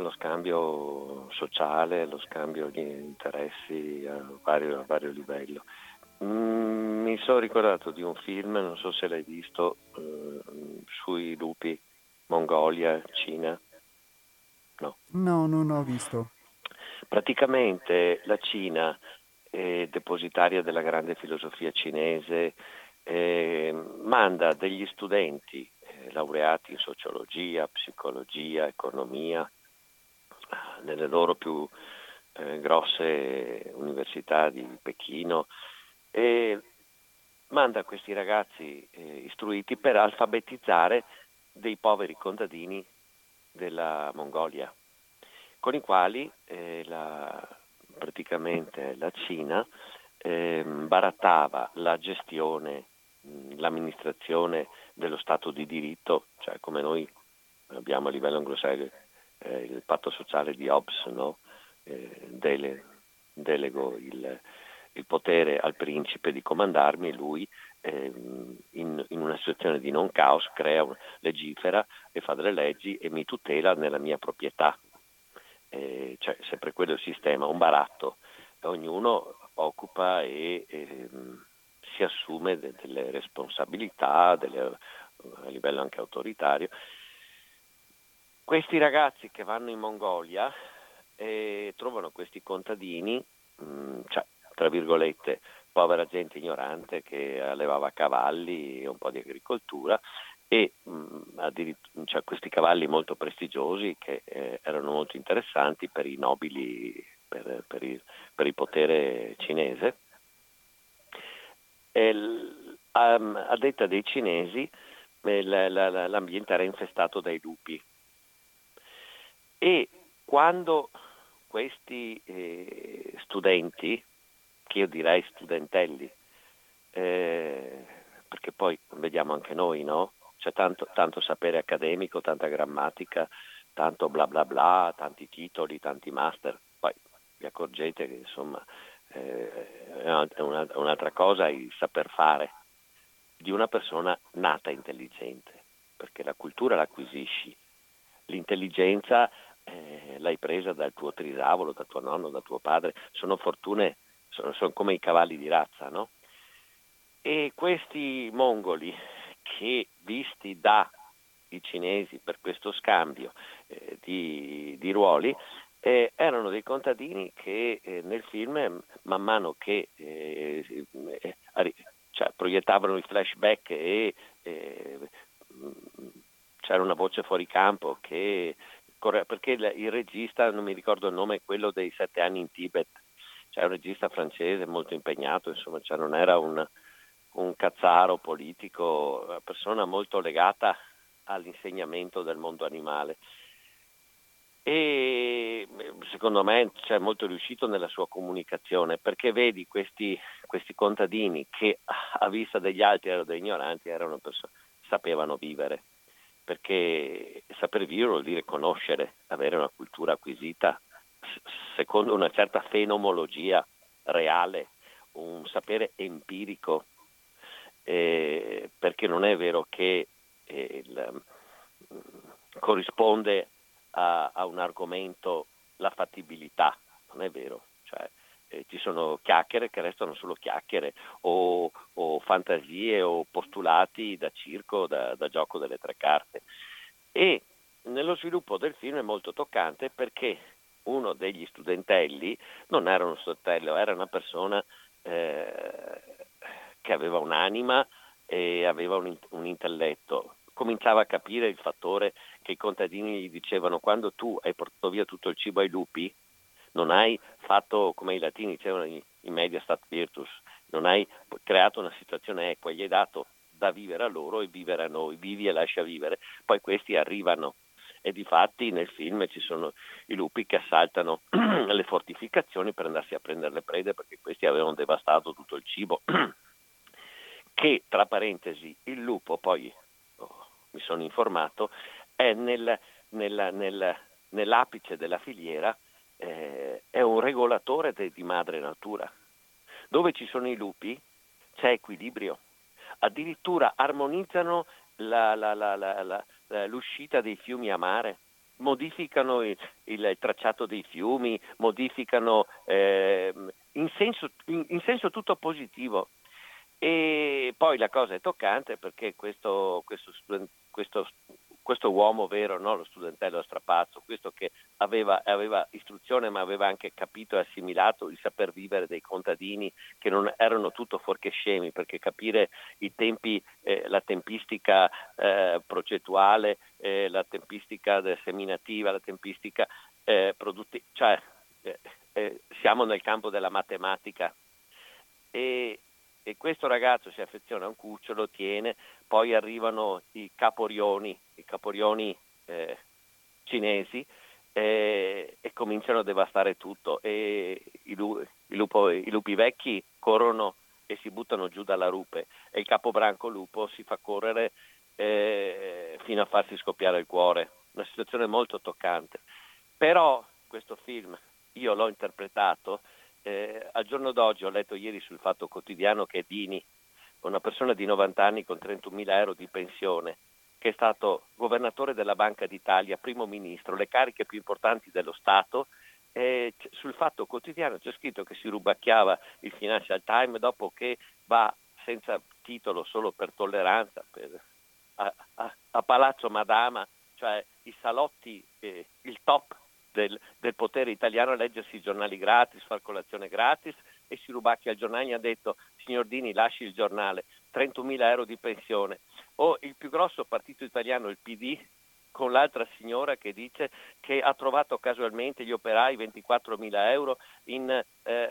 sociale, lo scambio di interessi a vario livello. Mi sono ricordato di un film, non so se l'hai visto, sui lupi, Mongolia, Cina. No, non ho visto. Praticamente la Cina è depositaria della grande filosofia cinese, manda degli studenti laureati in sociologia, psicologia, economia, nelle loro più grosse università di Pechino, e manda questi ragazzi istruiti per alfabetizzare dei poveri contadini della Mongolia, con i quali praticamente la Cina barattava la gestione, l'amministrazione dello Stato di diritto, cioè come noi abbiamo a livello anglosassone il patto sociale di Hobbes, no? Delego il potere al principe di comandarmi, e lui in una situazione di non caos legifera e fa delle leggi e mi tutela nella mia proprietà. Cioè sempre quello il sistema, un baratto, ognuno occupa e si assume delle responsabilità a livello anche autoritario. Questi ragazzi che vanno in Mongolia trovano questi contadini, cioè, tra virgolette, povera gente ignorante che allevava cavalli e un po' di agricoltura, e cioè, questi cavalli molto prestigiosi che erano molto interessanti per i nobili, per il potere cinese. A detta dei cinesi l'ambiente era infestato dai lupi, e quando questi studenti, che io direi studentelli, perché poi vediamo anche noi, no? C'è tanto sapere accademico, tanta grammatica, tanto bla bla bla, tanti titoli, tanti master. Poi vi accorgete che insomma è un'altra cosa il saper fare di una persona nata intelligente, perché la cultura l'acquisisci, l'intelligenza l'hai presa dal tuo trisavolo, da tuo nonno, da tuo padre, sono fortune, sono come i cavalli di razza, no? E questi mongoli, che visti dai cinesi per questo scambio di ruoli, erano dei contadini che nel film, man mano che cioè, proiettavano i flashback e c'era una voce fuori campo che perché il regista, non mi ricordo il nome, è quello dei 7 anni in Tibet, cioè un regista francese molto impegnato, insomma, cioè non era un cazzaro politico, una persona molto legata all'insegnamento del mondo animale, e secondo me è molto riuscito nella sua comunicazione, perché vedi questi contadini che a vista degli altri erano dei ignoranti, erano persone sapevano vivere, perché saper vivere vuol dire conoscere, avere una cultura acquisita secondo una certa fenomologia reale, un sapere empirico, perché non è vero che corrisponde a un argomento la fattibilità, non è vero, cioè ci sono chiacchiere che restano solo chiacchiere o fantasie o postulati da circo, da gioco delle tre carte. E nello sviluppo del film è molto toccante perché uno degli studentelli non era uno studentello, era una persona che aveva un'anima e aveva un intelletto. Cominciava a capire il fattore che i contadini gli dicevano: quando tu hai portato via tutto il cibo ai lupi, non hai fatto, come i latini dicevano in media stat virtus, non hai creato una situazione equa, gli hai dato da vivere a loro e vivere a noi, vivi e lascia vivere, poi questi arrivano. E difatti nel film ci sono i lupi che assaltano le fortificazioni per andarsi a prendere le prede, perché questi avevano devastato tutto il cibo. Che, tra parentesi, il lupo, poi mi sono informato, è nell'apice della filiera, è un regolatore di madre natura. Dove ci sono i lupi c'è equilibrio, addirittura armonizzano l'uscita dei fiumi a mare, modificano il tracciato dei fiumi, modificano in senso tutto positivo. E poi la cosa è toccante perché questo uomo vero, no? Lo studentello strapazzo, questo che aveva istruzione ma aveva anche capito e assimilato il saper vivere dei contadini, che non erano tutto fuorché scemi, perché capire i tempi, la tempistica progettuale, la tempistica seminativa, la tempistica produttiva, cioè siamo nel campo della matematica. E questo ragazzo si affeziona a un cucciolo, tiene, poi arrivano i caporioni cinesi e cominciano a devastare tutto, e i lupi vecchi corrono e si buttano giù dalla rupe, e il capobranco lupo si fa correre fino a farsi scoppiare il cuore. Una situazione molto toccante. Però questo film io l'ho interpretato al giorno d'oggi. Ho letto ieri sul Fatto Quotidiano che Dini, una persona di 90 anni con 31.000 euro di pensione, che è stato governatore della Banca d'Italia, primo ministro, le cariche più importanti dello Stato, sul Fatto Quotidiano c'è scritto che si rubacchiava il Financial Times dopo che va senza titolo, solo per tolleranza, a Palazzo Madama, cioè i salotti, il top del potere italiano, a leggersi i giornali gratis, far colazione gratis, e si rubacchia il giornale. Gli ha detto: signor Dini, lasci il giornale, 31.000 euro di pensione. O il più grosso partito italiano, il PD, con l'altra signora che dice che ha trovato casualmente gli operai 24.000 euro in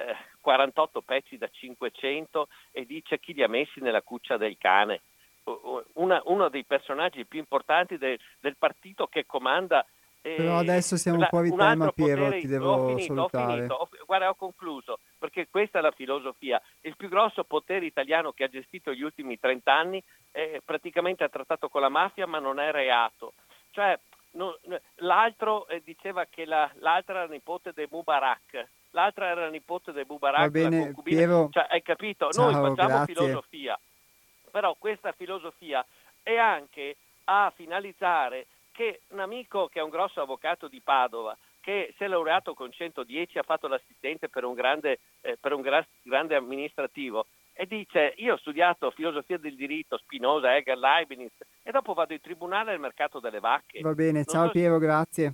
48 pezzi da 500, e dice: chi li ha messi nella cuccia del cane. Uno dei personaggi più importanti del partito che comanda. Però adesso siamo fuori tema, Piero, ti devo salutare. Guarda, ho concluso, perché questa è la filosofia. Il più grosso potere italiano che ha gestito gli ultimi 30 anni praticamente ha trattato con la mafia, ma non è reato. Cioè, l'altro diceva che l'altra era nipote di Mubarak, l'altra era nipote di Mubarak. Va bene, la concubina. Piero. Cioè, hai capito? Ciao, noi facciamo grazie. filosofia, però questa filosofia è anche a finalizzare che un amico che è un grosso avvocato di Padova, che si è laureato con 110, ha fatto l'assistente per un grande amministrativo, e dice: io ho studiato filosofia del diritto, Spinoza, Hegel, Leibniz, e dopo vado in tribunale al mercato delle vacche. Va bene, ciao Piero, grazie.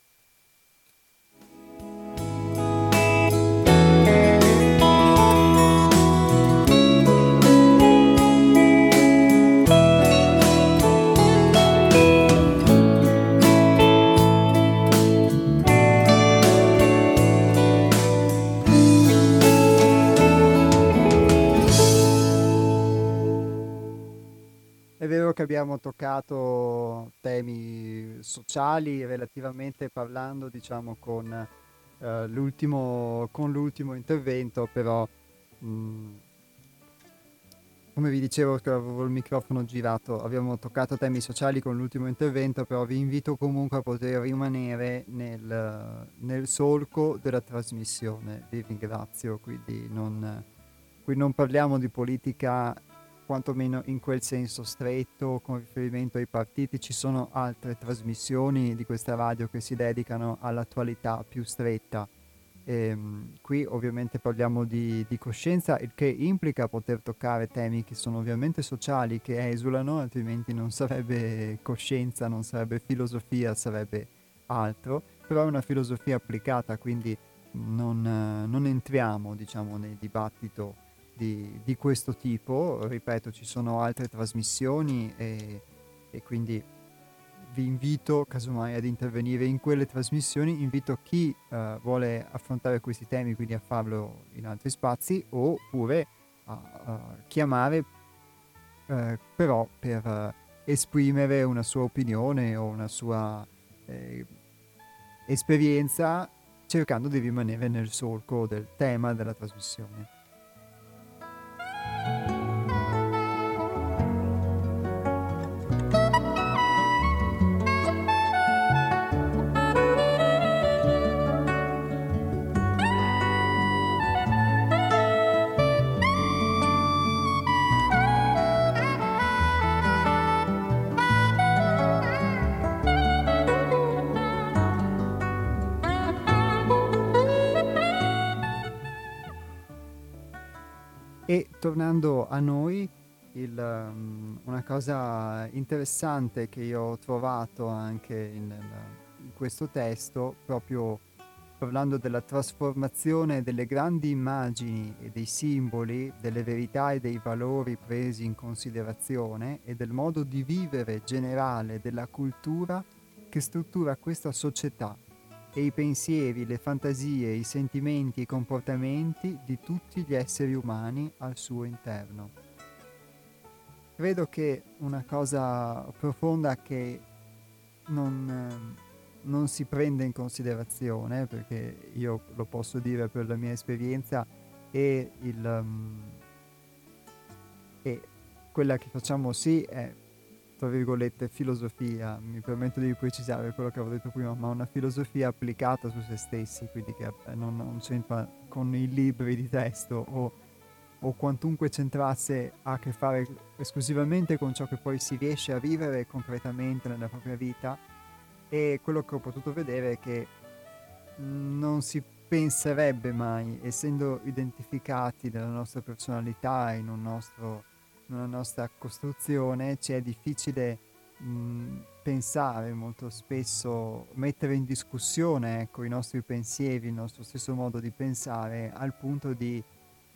È vero che abbiamo toccato temi sociali relativamente parlando, diciamo, con l'ultimo intervento, però come vi dicevo che avevo il microfono girato, abbiamo toccato temi sociali con l'ultimo intervento, però vi invito comunque a poter rimanere nel solco della trasmissione. Vi ringrazio, quindi qui non parliamo di politica, quantomeno in quel senso stretto, con riferimento ai partiti. Ci sono altre trasmissioni di questa radio che si dedicano all'attualità più stretta Qui ovviamente parliamo di coscienza, il che implica poter toccare temi che sono ovviamente sociali, che esulano, altrimenti non sarebbe coscienza, non sarebbe filosofia, sarebbe altro, però è una filosofia applicata, quindi non entriamo, diciamo, nel dibattito di questo tipo. Ripeto, ci sono altre trasmissioni e quindi vi invito casomai ad intervenire in quelle trasmissioni, invito chi vuole affrontare questi temi, quindi a farlo in altri spazi, oppure a chiamare però per esprimere una sua opinione o una sua eh, esperienza, cercando di rimanere nel solco del tema della trasmissione. E tornando a noi, una cosa interessante che io ho trovato anche in questo testo, proprio parlando della trasformazione delle grandi immagini e dei simboli, delle verità e dei valori presi in considerazione e del modo di vivere generale della cultura che struttura questa società e i pensieri, le fantasie, i sentimenti e i comportamenti di tutti gli esseri umani al suo interno. Credo che una cosa profonda che non si prende in considerazione, perché io lo posso dire per la mia esperienza, e quella che facciamo sì è, tra virgolette, filosofia, mi permetto di precisare quello che avevo detto prima, ma una filosofia applicata su se stessi, quindi che non c'entra con i libri di testo o quantunque c'entrasse a che fare esclusivamente con ciò che poi si riesce a vivere concretamente nella propria vita. E quello che ho potuto vedere è che non si penserebbe mai, essendo identificati nella nostra personalità, in una nostra costruzione, ci è difficile pensare molto spesso, mettere in discussione, ecco, i nostri pensieri, il nostro stesso modo di pensare, al punto di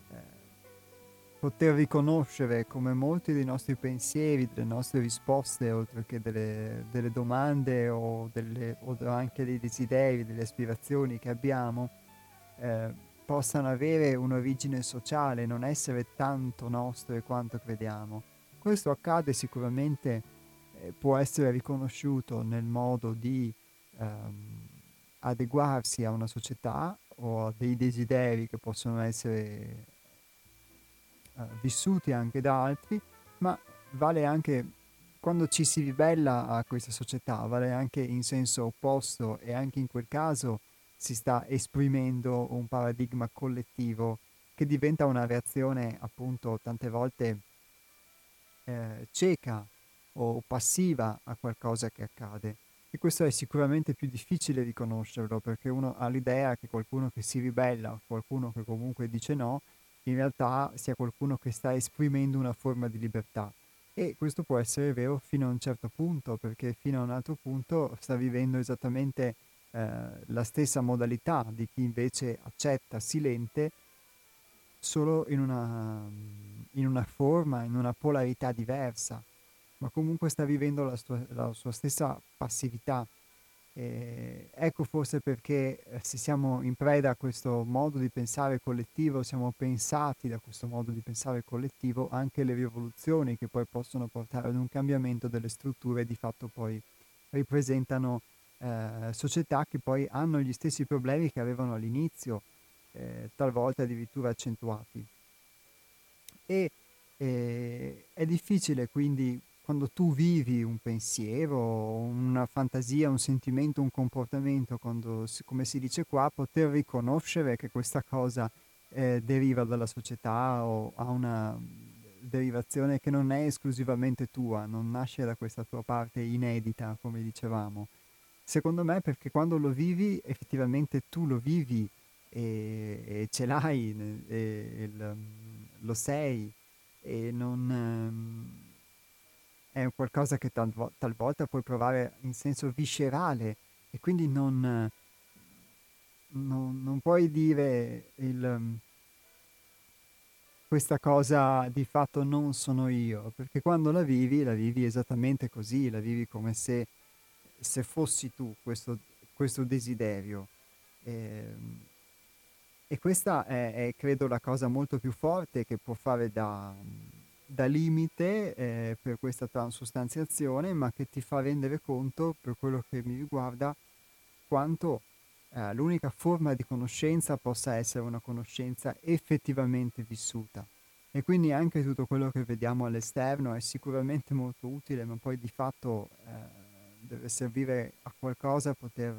poter riconoscere come molti dei nostri pensieri, delle nostre risposte, oltre che delle domande o anche dei desideri, delle aspirazioni che abbiamo, possano avere un'origine sociale, non essere tanto nostre quanto crediamo. Questo accade sicuramente, può essere riconosciuto nel modo di adeguarsi a una società o a dei desideri che possono essere vissuti anche da altri, ma vale anche quando ci si ribella a questa società, vale anche in senso opposto, e anche in quel caso si sta esprimendo un paradigma collettivo che diventa una reazione, appunto, tante volte cieca o passiva a qualcosa che accade. E questo è sicuramente più difficile riconoscerlo, perché uno ha l'idea che qualcuno che si ribella o qualcuno che comunque dice no, in realtà sia qualcuno che sta esprimendo una forma di libertà. E questo può essere vero fino a un certo punto, perché fino a un altro punto sta vivendo esattamente la stessa modalità di chi invece accetta silente, solo in una forma, in una polarità diversa, ma comunque sta vivendo la sua stessa passività. Ecco forse perché se siamo in preda a questo modo di pensare collettivo, siamo pensati da questo modo di pensare collettivo, anche le rivoluzioni che poi possono portare ad un cambiamento delle strutture di fatto poi ripresentano società che poi hanno gli stessi problemi che avevano all'inizio, talvolta addirittura accentuati. E è difficile quindi, quando tu vivi un pensiero, una fantasia, un sentimento, un comportamento, come si dice qua, poter riconoscere che questa cosa deriva dalla società o ha una derivazione che non è esclusivamente tua, non nasce da questa tua parte inedita, come dicevamo. Secondo me, perché quando lo vivi, effettivamente tu lo vivi e ce l'hai, lo sei, e non è qualcosa che talvolta puoi provare in senso viscerale, e quindi non puoi dire questa cosa di fatto non sono io, perché quando la vivi esattamente così, la vivi come se fossi tu questo desiderio. E questa è credo la cosa molto più forte che può fare da limite per questa transustanziazione, ma che ti fa rendere conto, per quello che mi riguarda, quanto l'unica forma di conoscenza possa essere una conoscenza effettivamente vissuta. E quindi anche tutto quello che vediamo all'esterno è sicuramente molto utile, ma poi di fatto deve servire a qualcosa,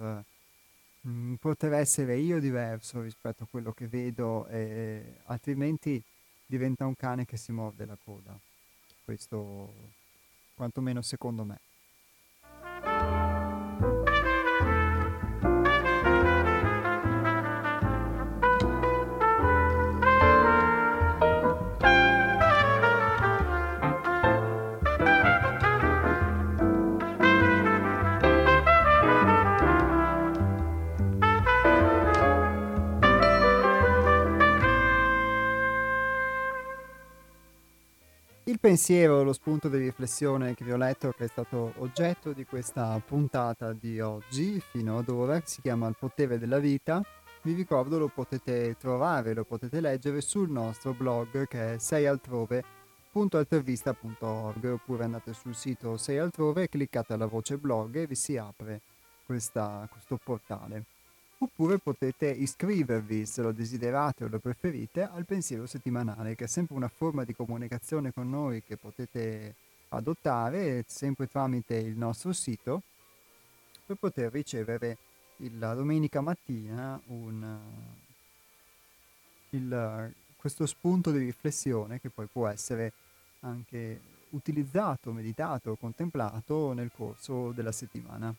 poter essere io diverso rispetto a quello che vedo, altrimenti diventa un cane che si morde la coda. Questo quantomeno secondo me. Il pensiero, lo spunto di riflessione che vi ho letto, che è stato oggetto di questa puntata di oggi fino ad ora, si chiama Il potere della vita. Vi ricordo, lo potete trovare, lo potete leggere sul nostro blog, che è seialtrove.altervista.org, oppure andate sul sito Sei Altrove e cliccate alla voce blog e vi si apre questo portale. Oppure potete iscrivervi, se lo desiderate o lo preferite, al pensiero settimanale, che è sempre una forma di comunicazione con noi che potete adottare sempre tramite il nostro sito, per poter ricevere la domenica mattina questo spunto di riflessione, che poi può essere anche utilizzato, meditato, contemplato nel corso della settimana.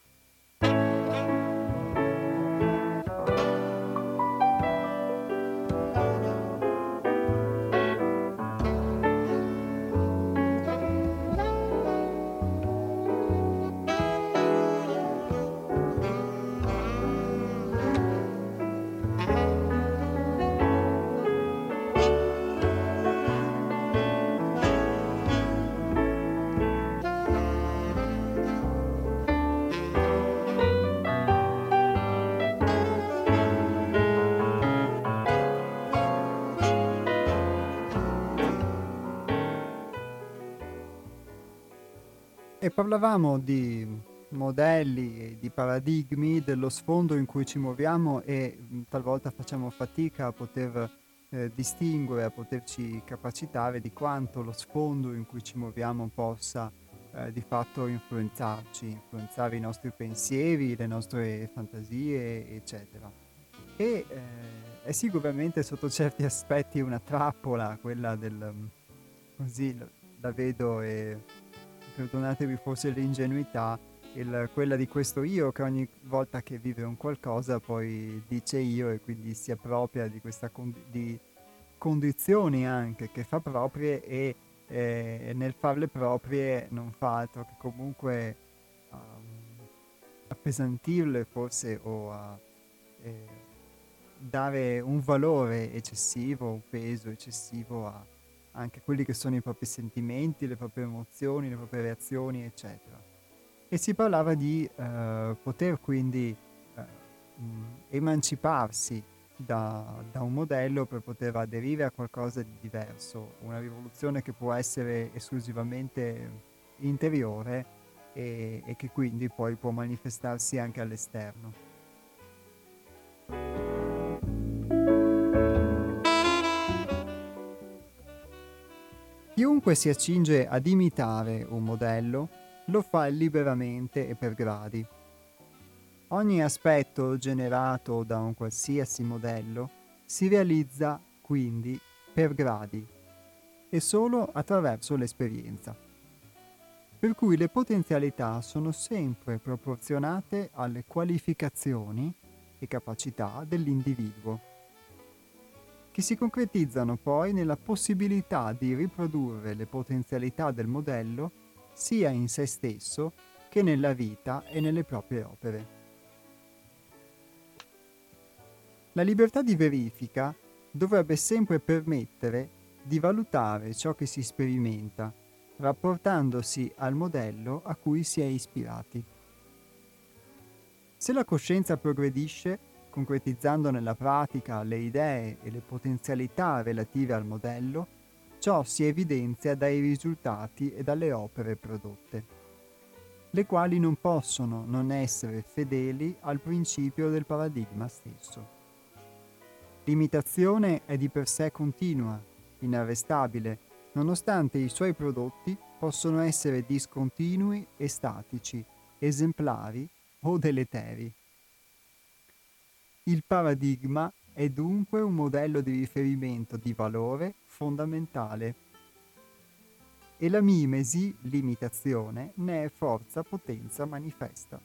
E parlavamo di modelli e di paradigmi, dello sfondo in cui ci muoviamo, e talvolta facciamo fatica a poter distinguere, a poterci capacitare di quanto lo sfondo in cui ci muoviamo possa di fatto influenzare i nostri pensieri, le nostre fantasie, eccetera. E è sicuramente sotto certi aspetti una trappola quella così la vedo, e perdonatevi forse l'ingenuità, quella di questo io che ogni volta che vive un qualcosa poi dice io, e quindi si appropria di questa di condizioni anche che fa proprie, e nel farle proprie non fa altro che comunque appesantirle forse, o a dare un valore eccessivo, un peso eccessivo a anche quelli che sono i propri sentimenti, le proprie emozioni, le proprie reazioni, eccetera. E si parlava di poter quindi emanciparsi da un modello per poter aderire a qualcosa di diverso, una rivoluzione che può essere esclusivamente interiore e che quindi poi può manifestarsi anche all'esterno. Chiunque si accinge ad imitare un modello lo fa liberamente e per gradi. Ogni aspetto generato da un qualsiasi modello si realizza quindi per gradi e solo attraverso l'esperienza. Per cui le potenzialità sono sempre proporzionate alle qualificazioni e capacità dell'individuo, che si concretizzano poi nella possibilità di riprodurre le potenzialità del modello sia in se stesso che nella vita e nelle proprie opere. La libertà di verifica dovrebbe sempre permettere di valutare ciò che si sperimenta, rapportandosi al modello a cui si è ispirati. Se la coscienza progredisce, concretizzando nella pratica le idee e le potenzialità relative al modello, ciò si evidenzia dai risultati e dalle opere prodotte, le quali non possono non essere fedeli al principio del paradigma stesso. L'imitazione è di per sé continua, inarrestabile, nonostante i suoi prodotti possono essere discontinui e statici, esemplari o deleteri. Il paradigma è dunque un modello di riferimento di valore fondamentale e la mimesi, l'imitazione, ne è forza, potenza manifesta.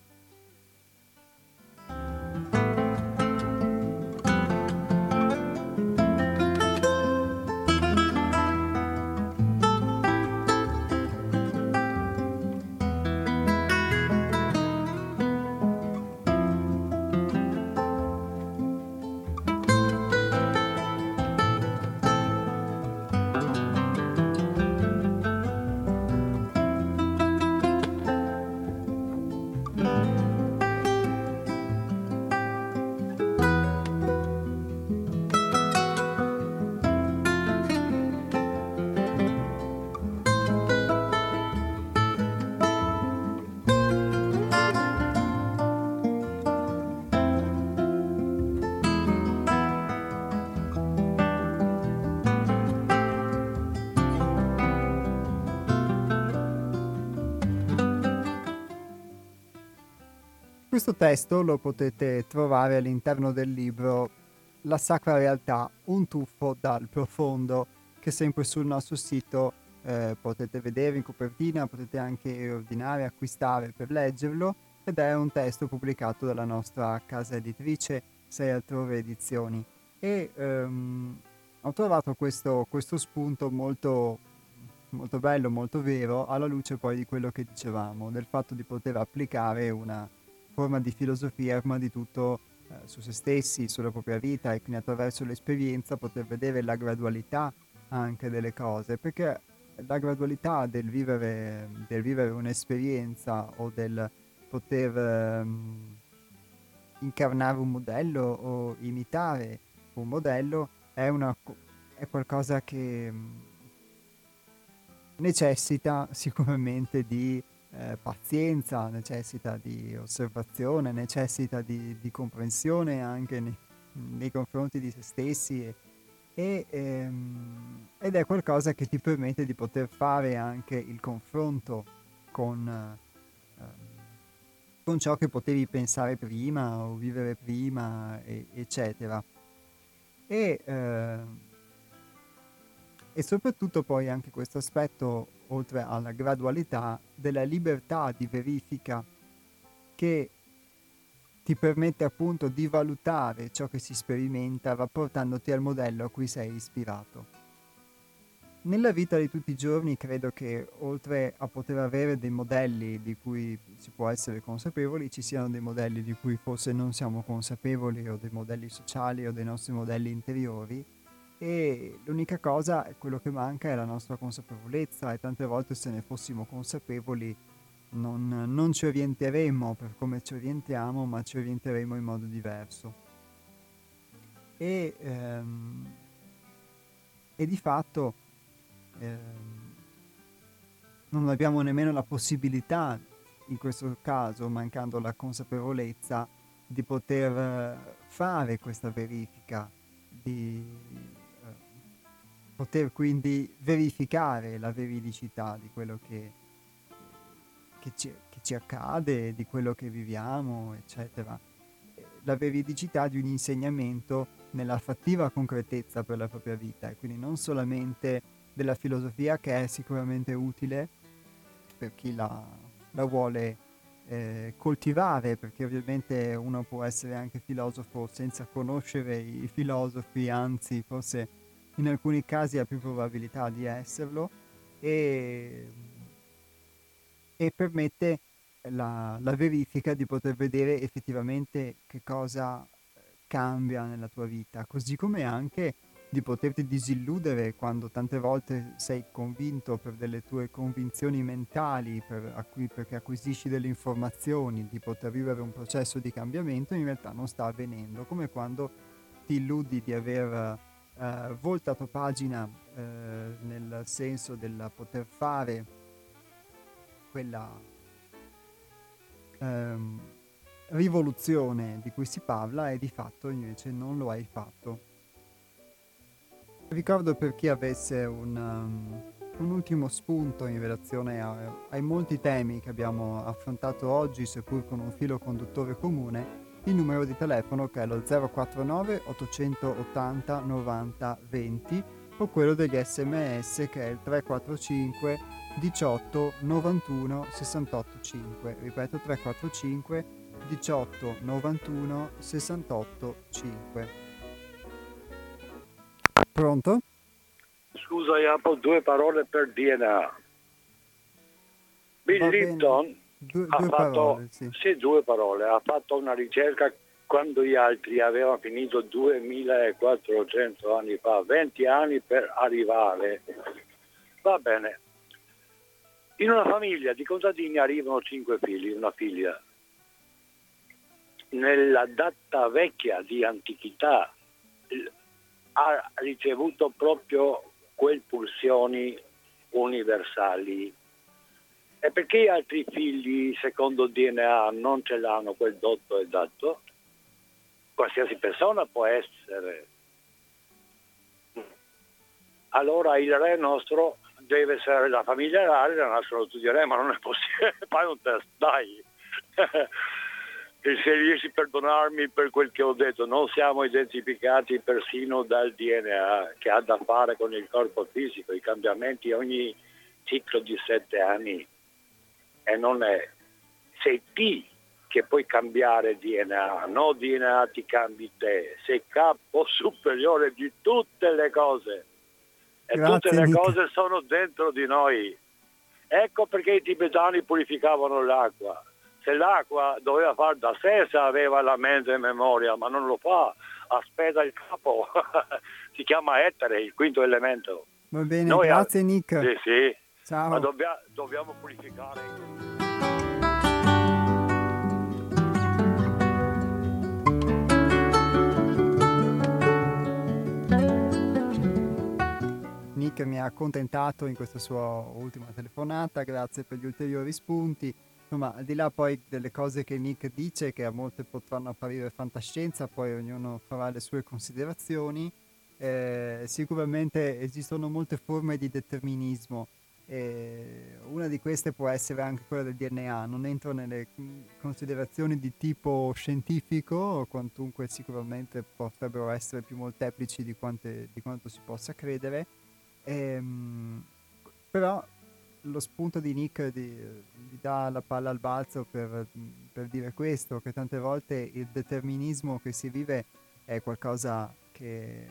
Questo testo lo potete trovare all'interno del libro La Sacra Realtà, un tuffo dal profondo, che sempre sul nostro sito potete vedere in copertina, potete anche ordinare, acquistare per leggerlo, ed è un testo pubblicato dalla nostra casa editrice Sei Altrove Edizioni. E ho trovato questo spunto molto bello, molto vero, alla luce poi di quello che dicevamo, del fatto di poter applicare una forma di filosofia, prima di tutto su se stessi, sulla propria vita, e quindi attraverso l'esperienza poter vedere la gradualità anche delle cose, perché la gradualità del vivere un'esperienza o del poter incarnare un modello o imitare un modello è qualcosa che necessita sicuramente di pazienza, necessita di osservazione, necessita di comprensione anche nei confronti di se stessi ed è qualcosa che ti permette di poter fare anche il confronto con ciò che potevi pensare prima o vivere prima, eccetera. E soprattutto poi anche questo aspetto, oltre alla gradualità, della libertà di verifica che ti permette appunto di valutare ciò che si sperimenta rapportandoti al modello a cui sei ispirato. Nella vita di tutti i giorni credo che oltre a poter avere dei modelli di cui si può essere consapevoli, ci siano dei modelli di cui forse non siamo consapevoli, o dei modelli sociali o dei nostri modelli interiori, e l'unica cosa, quello che manca, è la nostra consapevolezza, e tante volte se ne fossimo consapevoli non ci orienteremo per come ci orientiamo, ma ci orienteremo in modo diverso. E di fatto non abbiamo nemmeno la possibilità, in questo caso, mancando la consapevolezza, di poter fare questa verifica, di poter quindi verificare la veridicità di quello che ci accade, di quello che viviamo, eccetera. La veridicità di un insegnamento nella fattiva concretezza per la propria vita, e quindi non solamente della filosofia, che è sicuramente utile per chi la vuole coltivare, perché ovviamente uno può essere anche filosofo senza conoscere i filosofi, anzi forse in alcuni casi ha più probabilità di esserlo, e, e permette la verifica di poter vedere effettivamente che cosa cambia nella tua vita, così come anche di poterti disilludere quando tante volte sei convinto per delle tue convinzioni mentali, perché acquisisci delle informazioni, di poter vivere un processo di cambiamento, in realtà non sta avvenendo, come quando ti illudi di aver voltato pagina nel senso del poter fare quella rivoluzione di cui si parla e di fatto invece non lo hai fatto. Ricordo, per chi avesse un ultimo spunto in relazione ai molti temi che abbiamo affrontato oggi, seppur con un filo conduttore comune, il numero di telefono che è lo 049 880 90 20 o quello degli SMS che è il 345 18 91 68 5. Ripeto, 345 18 91 68 5. Pronto? Scusa Jacopo, 2 parole per DNA. Bill Lipton Due ha fatto, parole, sì. sì, 2 parole, ha fatto una ricerca quando gli altri avevano finito 2400 anni fa, 20 anni per arrivare. Va bene. In una famiglia di contadini arrivano 5 figli, una figlia. Nella data vecchia di antichità ha ricevuto proprio quelle pulsioni universali. E perché gli altri figli, secondo il DNA, non ce l'hanno quel dotto e dato? Qualsiasi persona può essere. Allora il re nostro deve essere la famiglia reale, la nostra lo studieremo, ma non è possibile. Fai un test, dai. E se riesci a perdonarmi per quel che ho detto, non siamo identificati persino dal DNA, che ha da fare con il corpo fisico, i cambiamenti ogni ciclo di 7 anni. E non è, sei te che puoi cambiare DNA, no DNA ti cambi te, sei capo superiore di tutte le cose e Grazie, tutte le Nick. cose sono dentro di noi. Ecco perché i tibetani purificavano l'acqua. Se l'acqua doveva far da sé, se aveva la mente e memoria, ma non lo fa, aspetta il capo, si chiama etere, il quinto elemento. Va bene, Noi grazie Nick. Sì, sì. Ciao. Ma dobbiamo purificare. Nick mi ha accontentato in questa sua ultima telefonata, grazie per gli ulteriori spunti. Insomma, al di là poi delle cose che Nick dice, che a molte potranno apparire fantascienza, poi ognuno farà le sue considerazioni, sicuramente esistono molte forme di determinismo. Una di queste può essere anche quella del DNA. Non entro nelle considerazioni di tipo scientifico, quantunque sicuramente potrebbero essere più molteplici di quanto si possa credere. Però lo spunto di Nick gli dà la palla al balzo per dire questo, che tante volte il determinismo che si vive è qualcosa che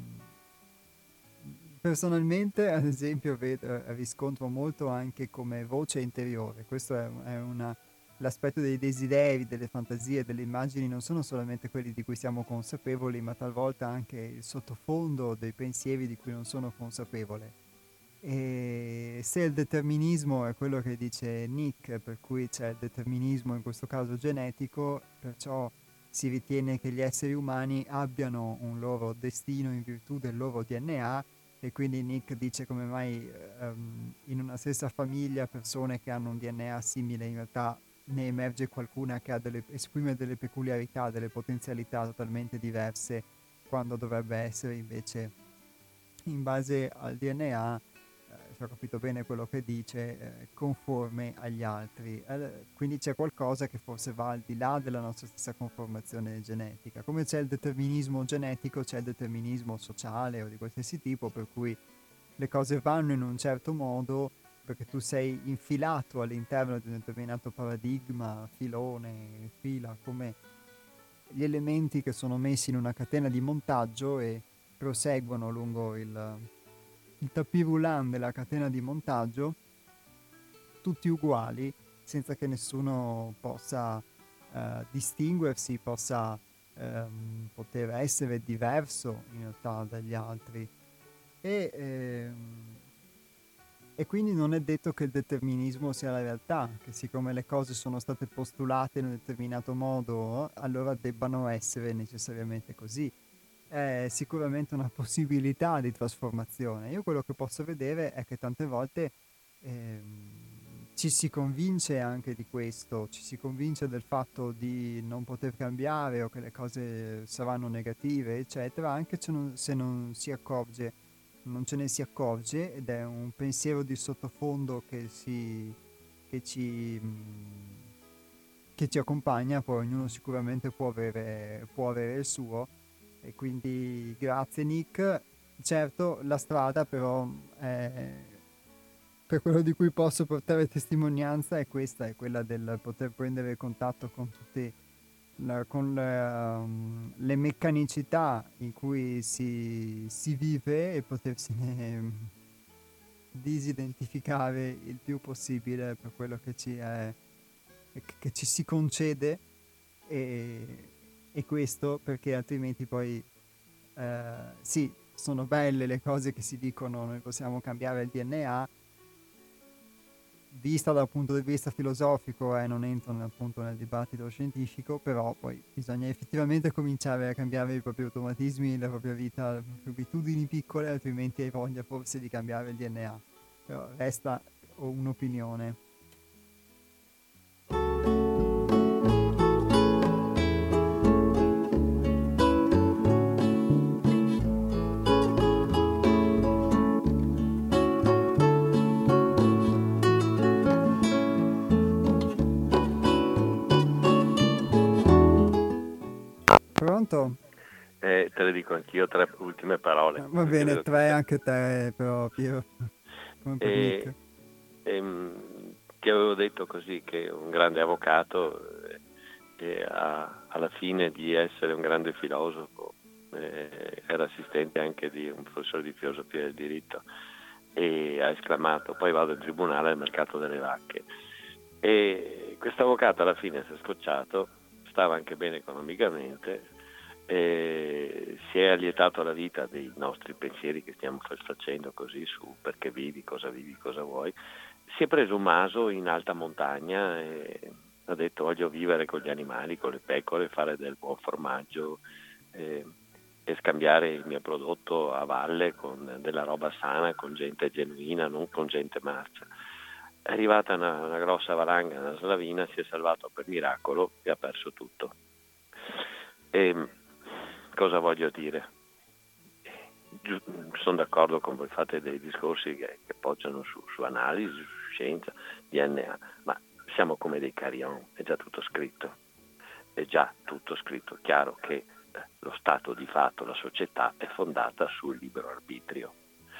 personalmente, ad esempio, riscontro molto anche come voce interiore. Questo è l'aspetto dei desideri, delle fantasie, delle immagini, non sono solamente quelli di cui siamo consapevoli, ma talvolta anche il sottofondo dei pensieri di cui non sono consapevole. E se il determinismo è quello che dice Nick, per cui c'è il determinismo in questo caso genetico, perciò si ritiene che gli esseri umani abbiano un loro destino in virtù del loro DNA, e quindi Nick dice come mai in una stessa famiglia persone che hanno un DNA simile in realtà ne emerge qualcuna che esprime delle peculiarità, delle potenzialità totalmente diverse, quando dovrebbe essere invece in base al DNA, se ho capito bene quello che dice, conforme agli altri. Quindi c'è qualcosa che forse va al di là della nostra stessa conformazione genetica. Come c'è il determinismo genetico, c'è il determinismo sociale o di qualsiasi tipo, per cui le cose vanno in un certo modo perché tu sei infilato all'interno di un determinato paradigma, filone, fila, come gli elementi che sono messi in una catena di montaggio e proseguono lungo il tapis roulant della catena di montaggio, tutti uguali, senza che nessuno possa distinguersi, possa poter essere diverso in realtà dagli altri. E quindi non è detto che il determinismo sia la realtà, che siccome le cose sono state postulate in un determinato modo, allora debbano essere necessariamente così. È sicuramente una possibilità di trasformazione. Io quello che posso vedere è che tante volte ci si convince anche di questo, ci si convince del fatto di non poter cambiare o che le cose saranno negative, eccetera, anche se non si accorge, non ce ne si accorge, ed è un pensiero di sottofondo che ci, che ci accompagna, poi ognuno sicuramente può avere il suo, e quindi grazie Nick. Certo, la strada però per quello di cui posso portare testimonianza è questa, è quella del poter prendere contatto con tutte le meccanicità in cui si vive e potersene disidentificare il più possibile per quello che che ci si concede, e, e questo perché altrimenti poi sì, sono belle le cose che si dicono, noi possiamo cambiare il DNA, vista dal punto di vista filosofico, non entro appunto nel dibattito scientifico, però poi bisogna effettivamente cominciare a cambiare i propri automatismi, la propria vita, le proprie abitudini piccole, altrimenti hai voglia forse di cambiare il DNA. Però resta un'opinione. Pronto? Te le dico anch'io 3 ultime parole. Va bene, 3 anche te, però Piero, come per Nick. Ti avevo detto così che un grande avvocato alla fine di essere un grande filosofo era assistente anche di un professore di filosofia del diritto, e ha esclamato: poi vado in tribunale al mercato delle vacche. E questo avvocato alla fine si è scocciato, stava anche bene economicamente, si è allietato la vita dei nostri pensieri che stiamo facendo così su perché vivi, cosa vuoi. Si è preso un maso in alta montagna e ha detto: voglio vivere con gli animali, con le pecore, fare del buon formaggio e scambiare il mio prodotto a valle con della roba sana, con gente genuina, non con gente marcia. È arrivata una grossa valanga, una slavina, si è salvato per miracolo e ha perso tutto. E cosa voglio dire? Sono d'accordo con voi, fate dei discorsi che poggiano su analisi, su scienza, DNA, ma siamo come dei carillon, è già tutto scritto. Chiaro che lo stato di fatto, la società è fondata sul libero arbitrio.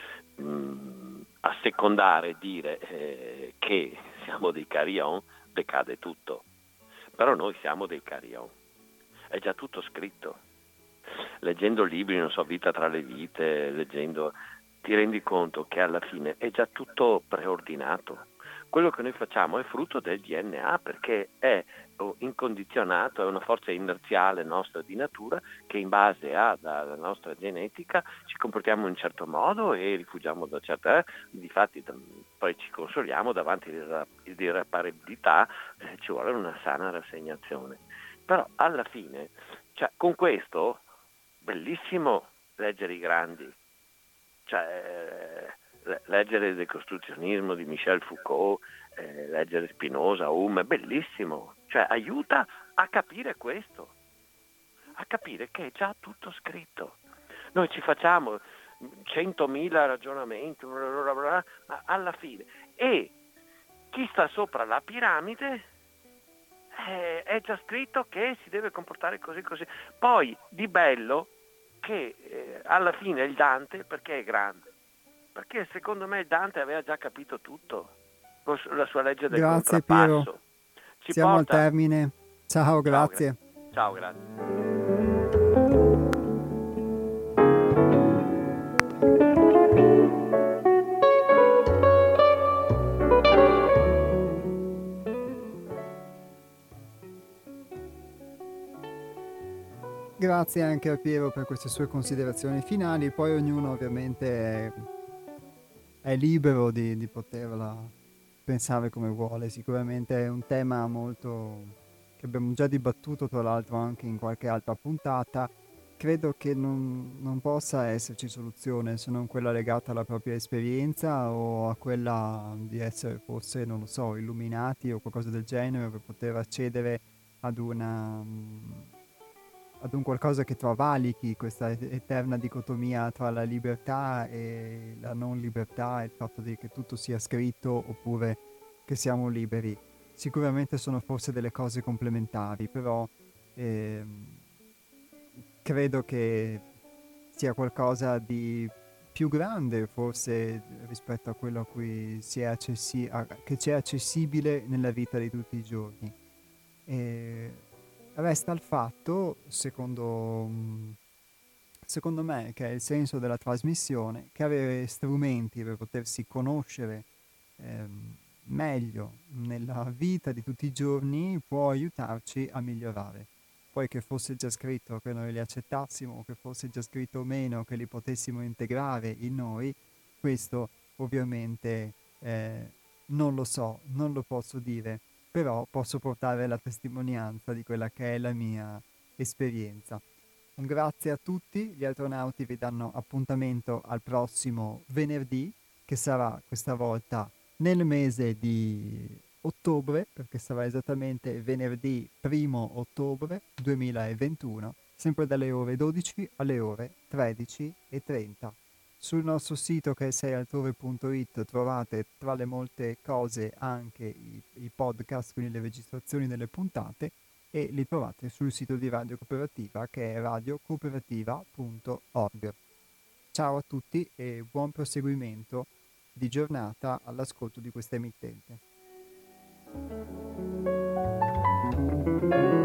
Assecondare, dire che siamo dei carillon decade tutto, però noi siamo dei carillon, è già tutto scritto. Leggendo libri, non so, Vita tra le vite, leggendo, ti rendi conto che alla fine è già tutto preordinato. Quello che noi facciamo è frutto del DNA, perché è incondizionato, è una forza inerziale nostra di natura che in base alla nostra genetica ci comportiamo in un certo modo e rifugiamo da certe difatti poi ci consoliamo davanti all'irreparabilità, ci vuole una sana rassegnazione. Però alla fine, cioè, con questo bellissimo leggere i grandi, cioè leggere il decostruzionismo di Michel Foucault, leggere Spinoza, è bellissimo, cioè aiuta a capire questo, a capire che è già tutto scritto. Noi ci facciamo 100.000 ragionamenti, ma alla fine, e chi sta sopra la piramide è già scritto che si deve comportare così. Poi di bello che alla fine il Dante, perché è grande? Perché secondo me il Dante aveva già capito tutto. la sua legge del Grazie contrappasso. Piero, Ci siamo porta... al termine. Ciao, grazie. Ciao, grazie. Grazie anche a Piero per queste sue considerazioni finali, poi ognuno ovviamente è libero di poterla pensare come vuole. Sicuramente è un tema molto che abbiamo già dibattuto, tra l'altro anche in qualche altra puntata. Credo che non possa esserci soluzione se non quella legata alla propria esperienza o a quella di essere forse, non lo so, illuminati o qualcosa del genere per poter accedere ad ad un qualcosa che travalichi questa eterna dicotomia tra la libertà e la non libertà, e il fatto di che tutto sia scritto oppure che siamo liberi. Sicuramente sono forse delle cose complementari, però credo che sia qualcosa di più grande forse rispetto a quello a cui che ci è accessibile nella vita di tutti i giorni. E resta il fatto, secondo me, che è il senso della trasmissione, che avere strumenti per potersi conoscere meglio nella vita di tutti i giorni può aiutarci a migliorare. Poi che fosse già scritto che noi li accettassimo, che fosse già scritto o meno che li potessimo integrare in noi, questo ovviamente non lo so, non lo posso dire, però posso portare la testimonianza di quella che è la mia esperienza. Un grazie a tutti, gli astronauti vi danno appuntamento al prossimo venerdì, che sarà questa volta nel mese di ottobre, perché sarà esattamente venerdì 1 ottobre 2021, sempre dalle ore 12 alle ore 13:30. Sul nostro sito che è seialtrove.it trovate tra le molte cose anche i podcast, quindi le registrazioni delle puntate, e li trovate sul sito di Radio Cooperativa che è radiocooperativa.org. Ciao a tutti e buon proseguimento di giornata all'ascolto di questa emittente.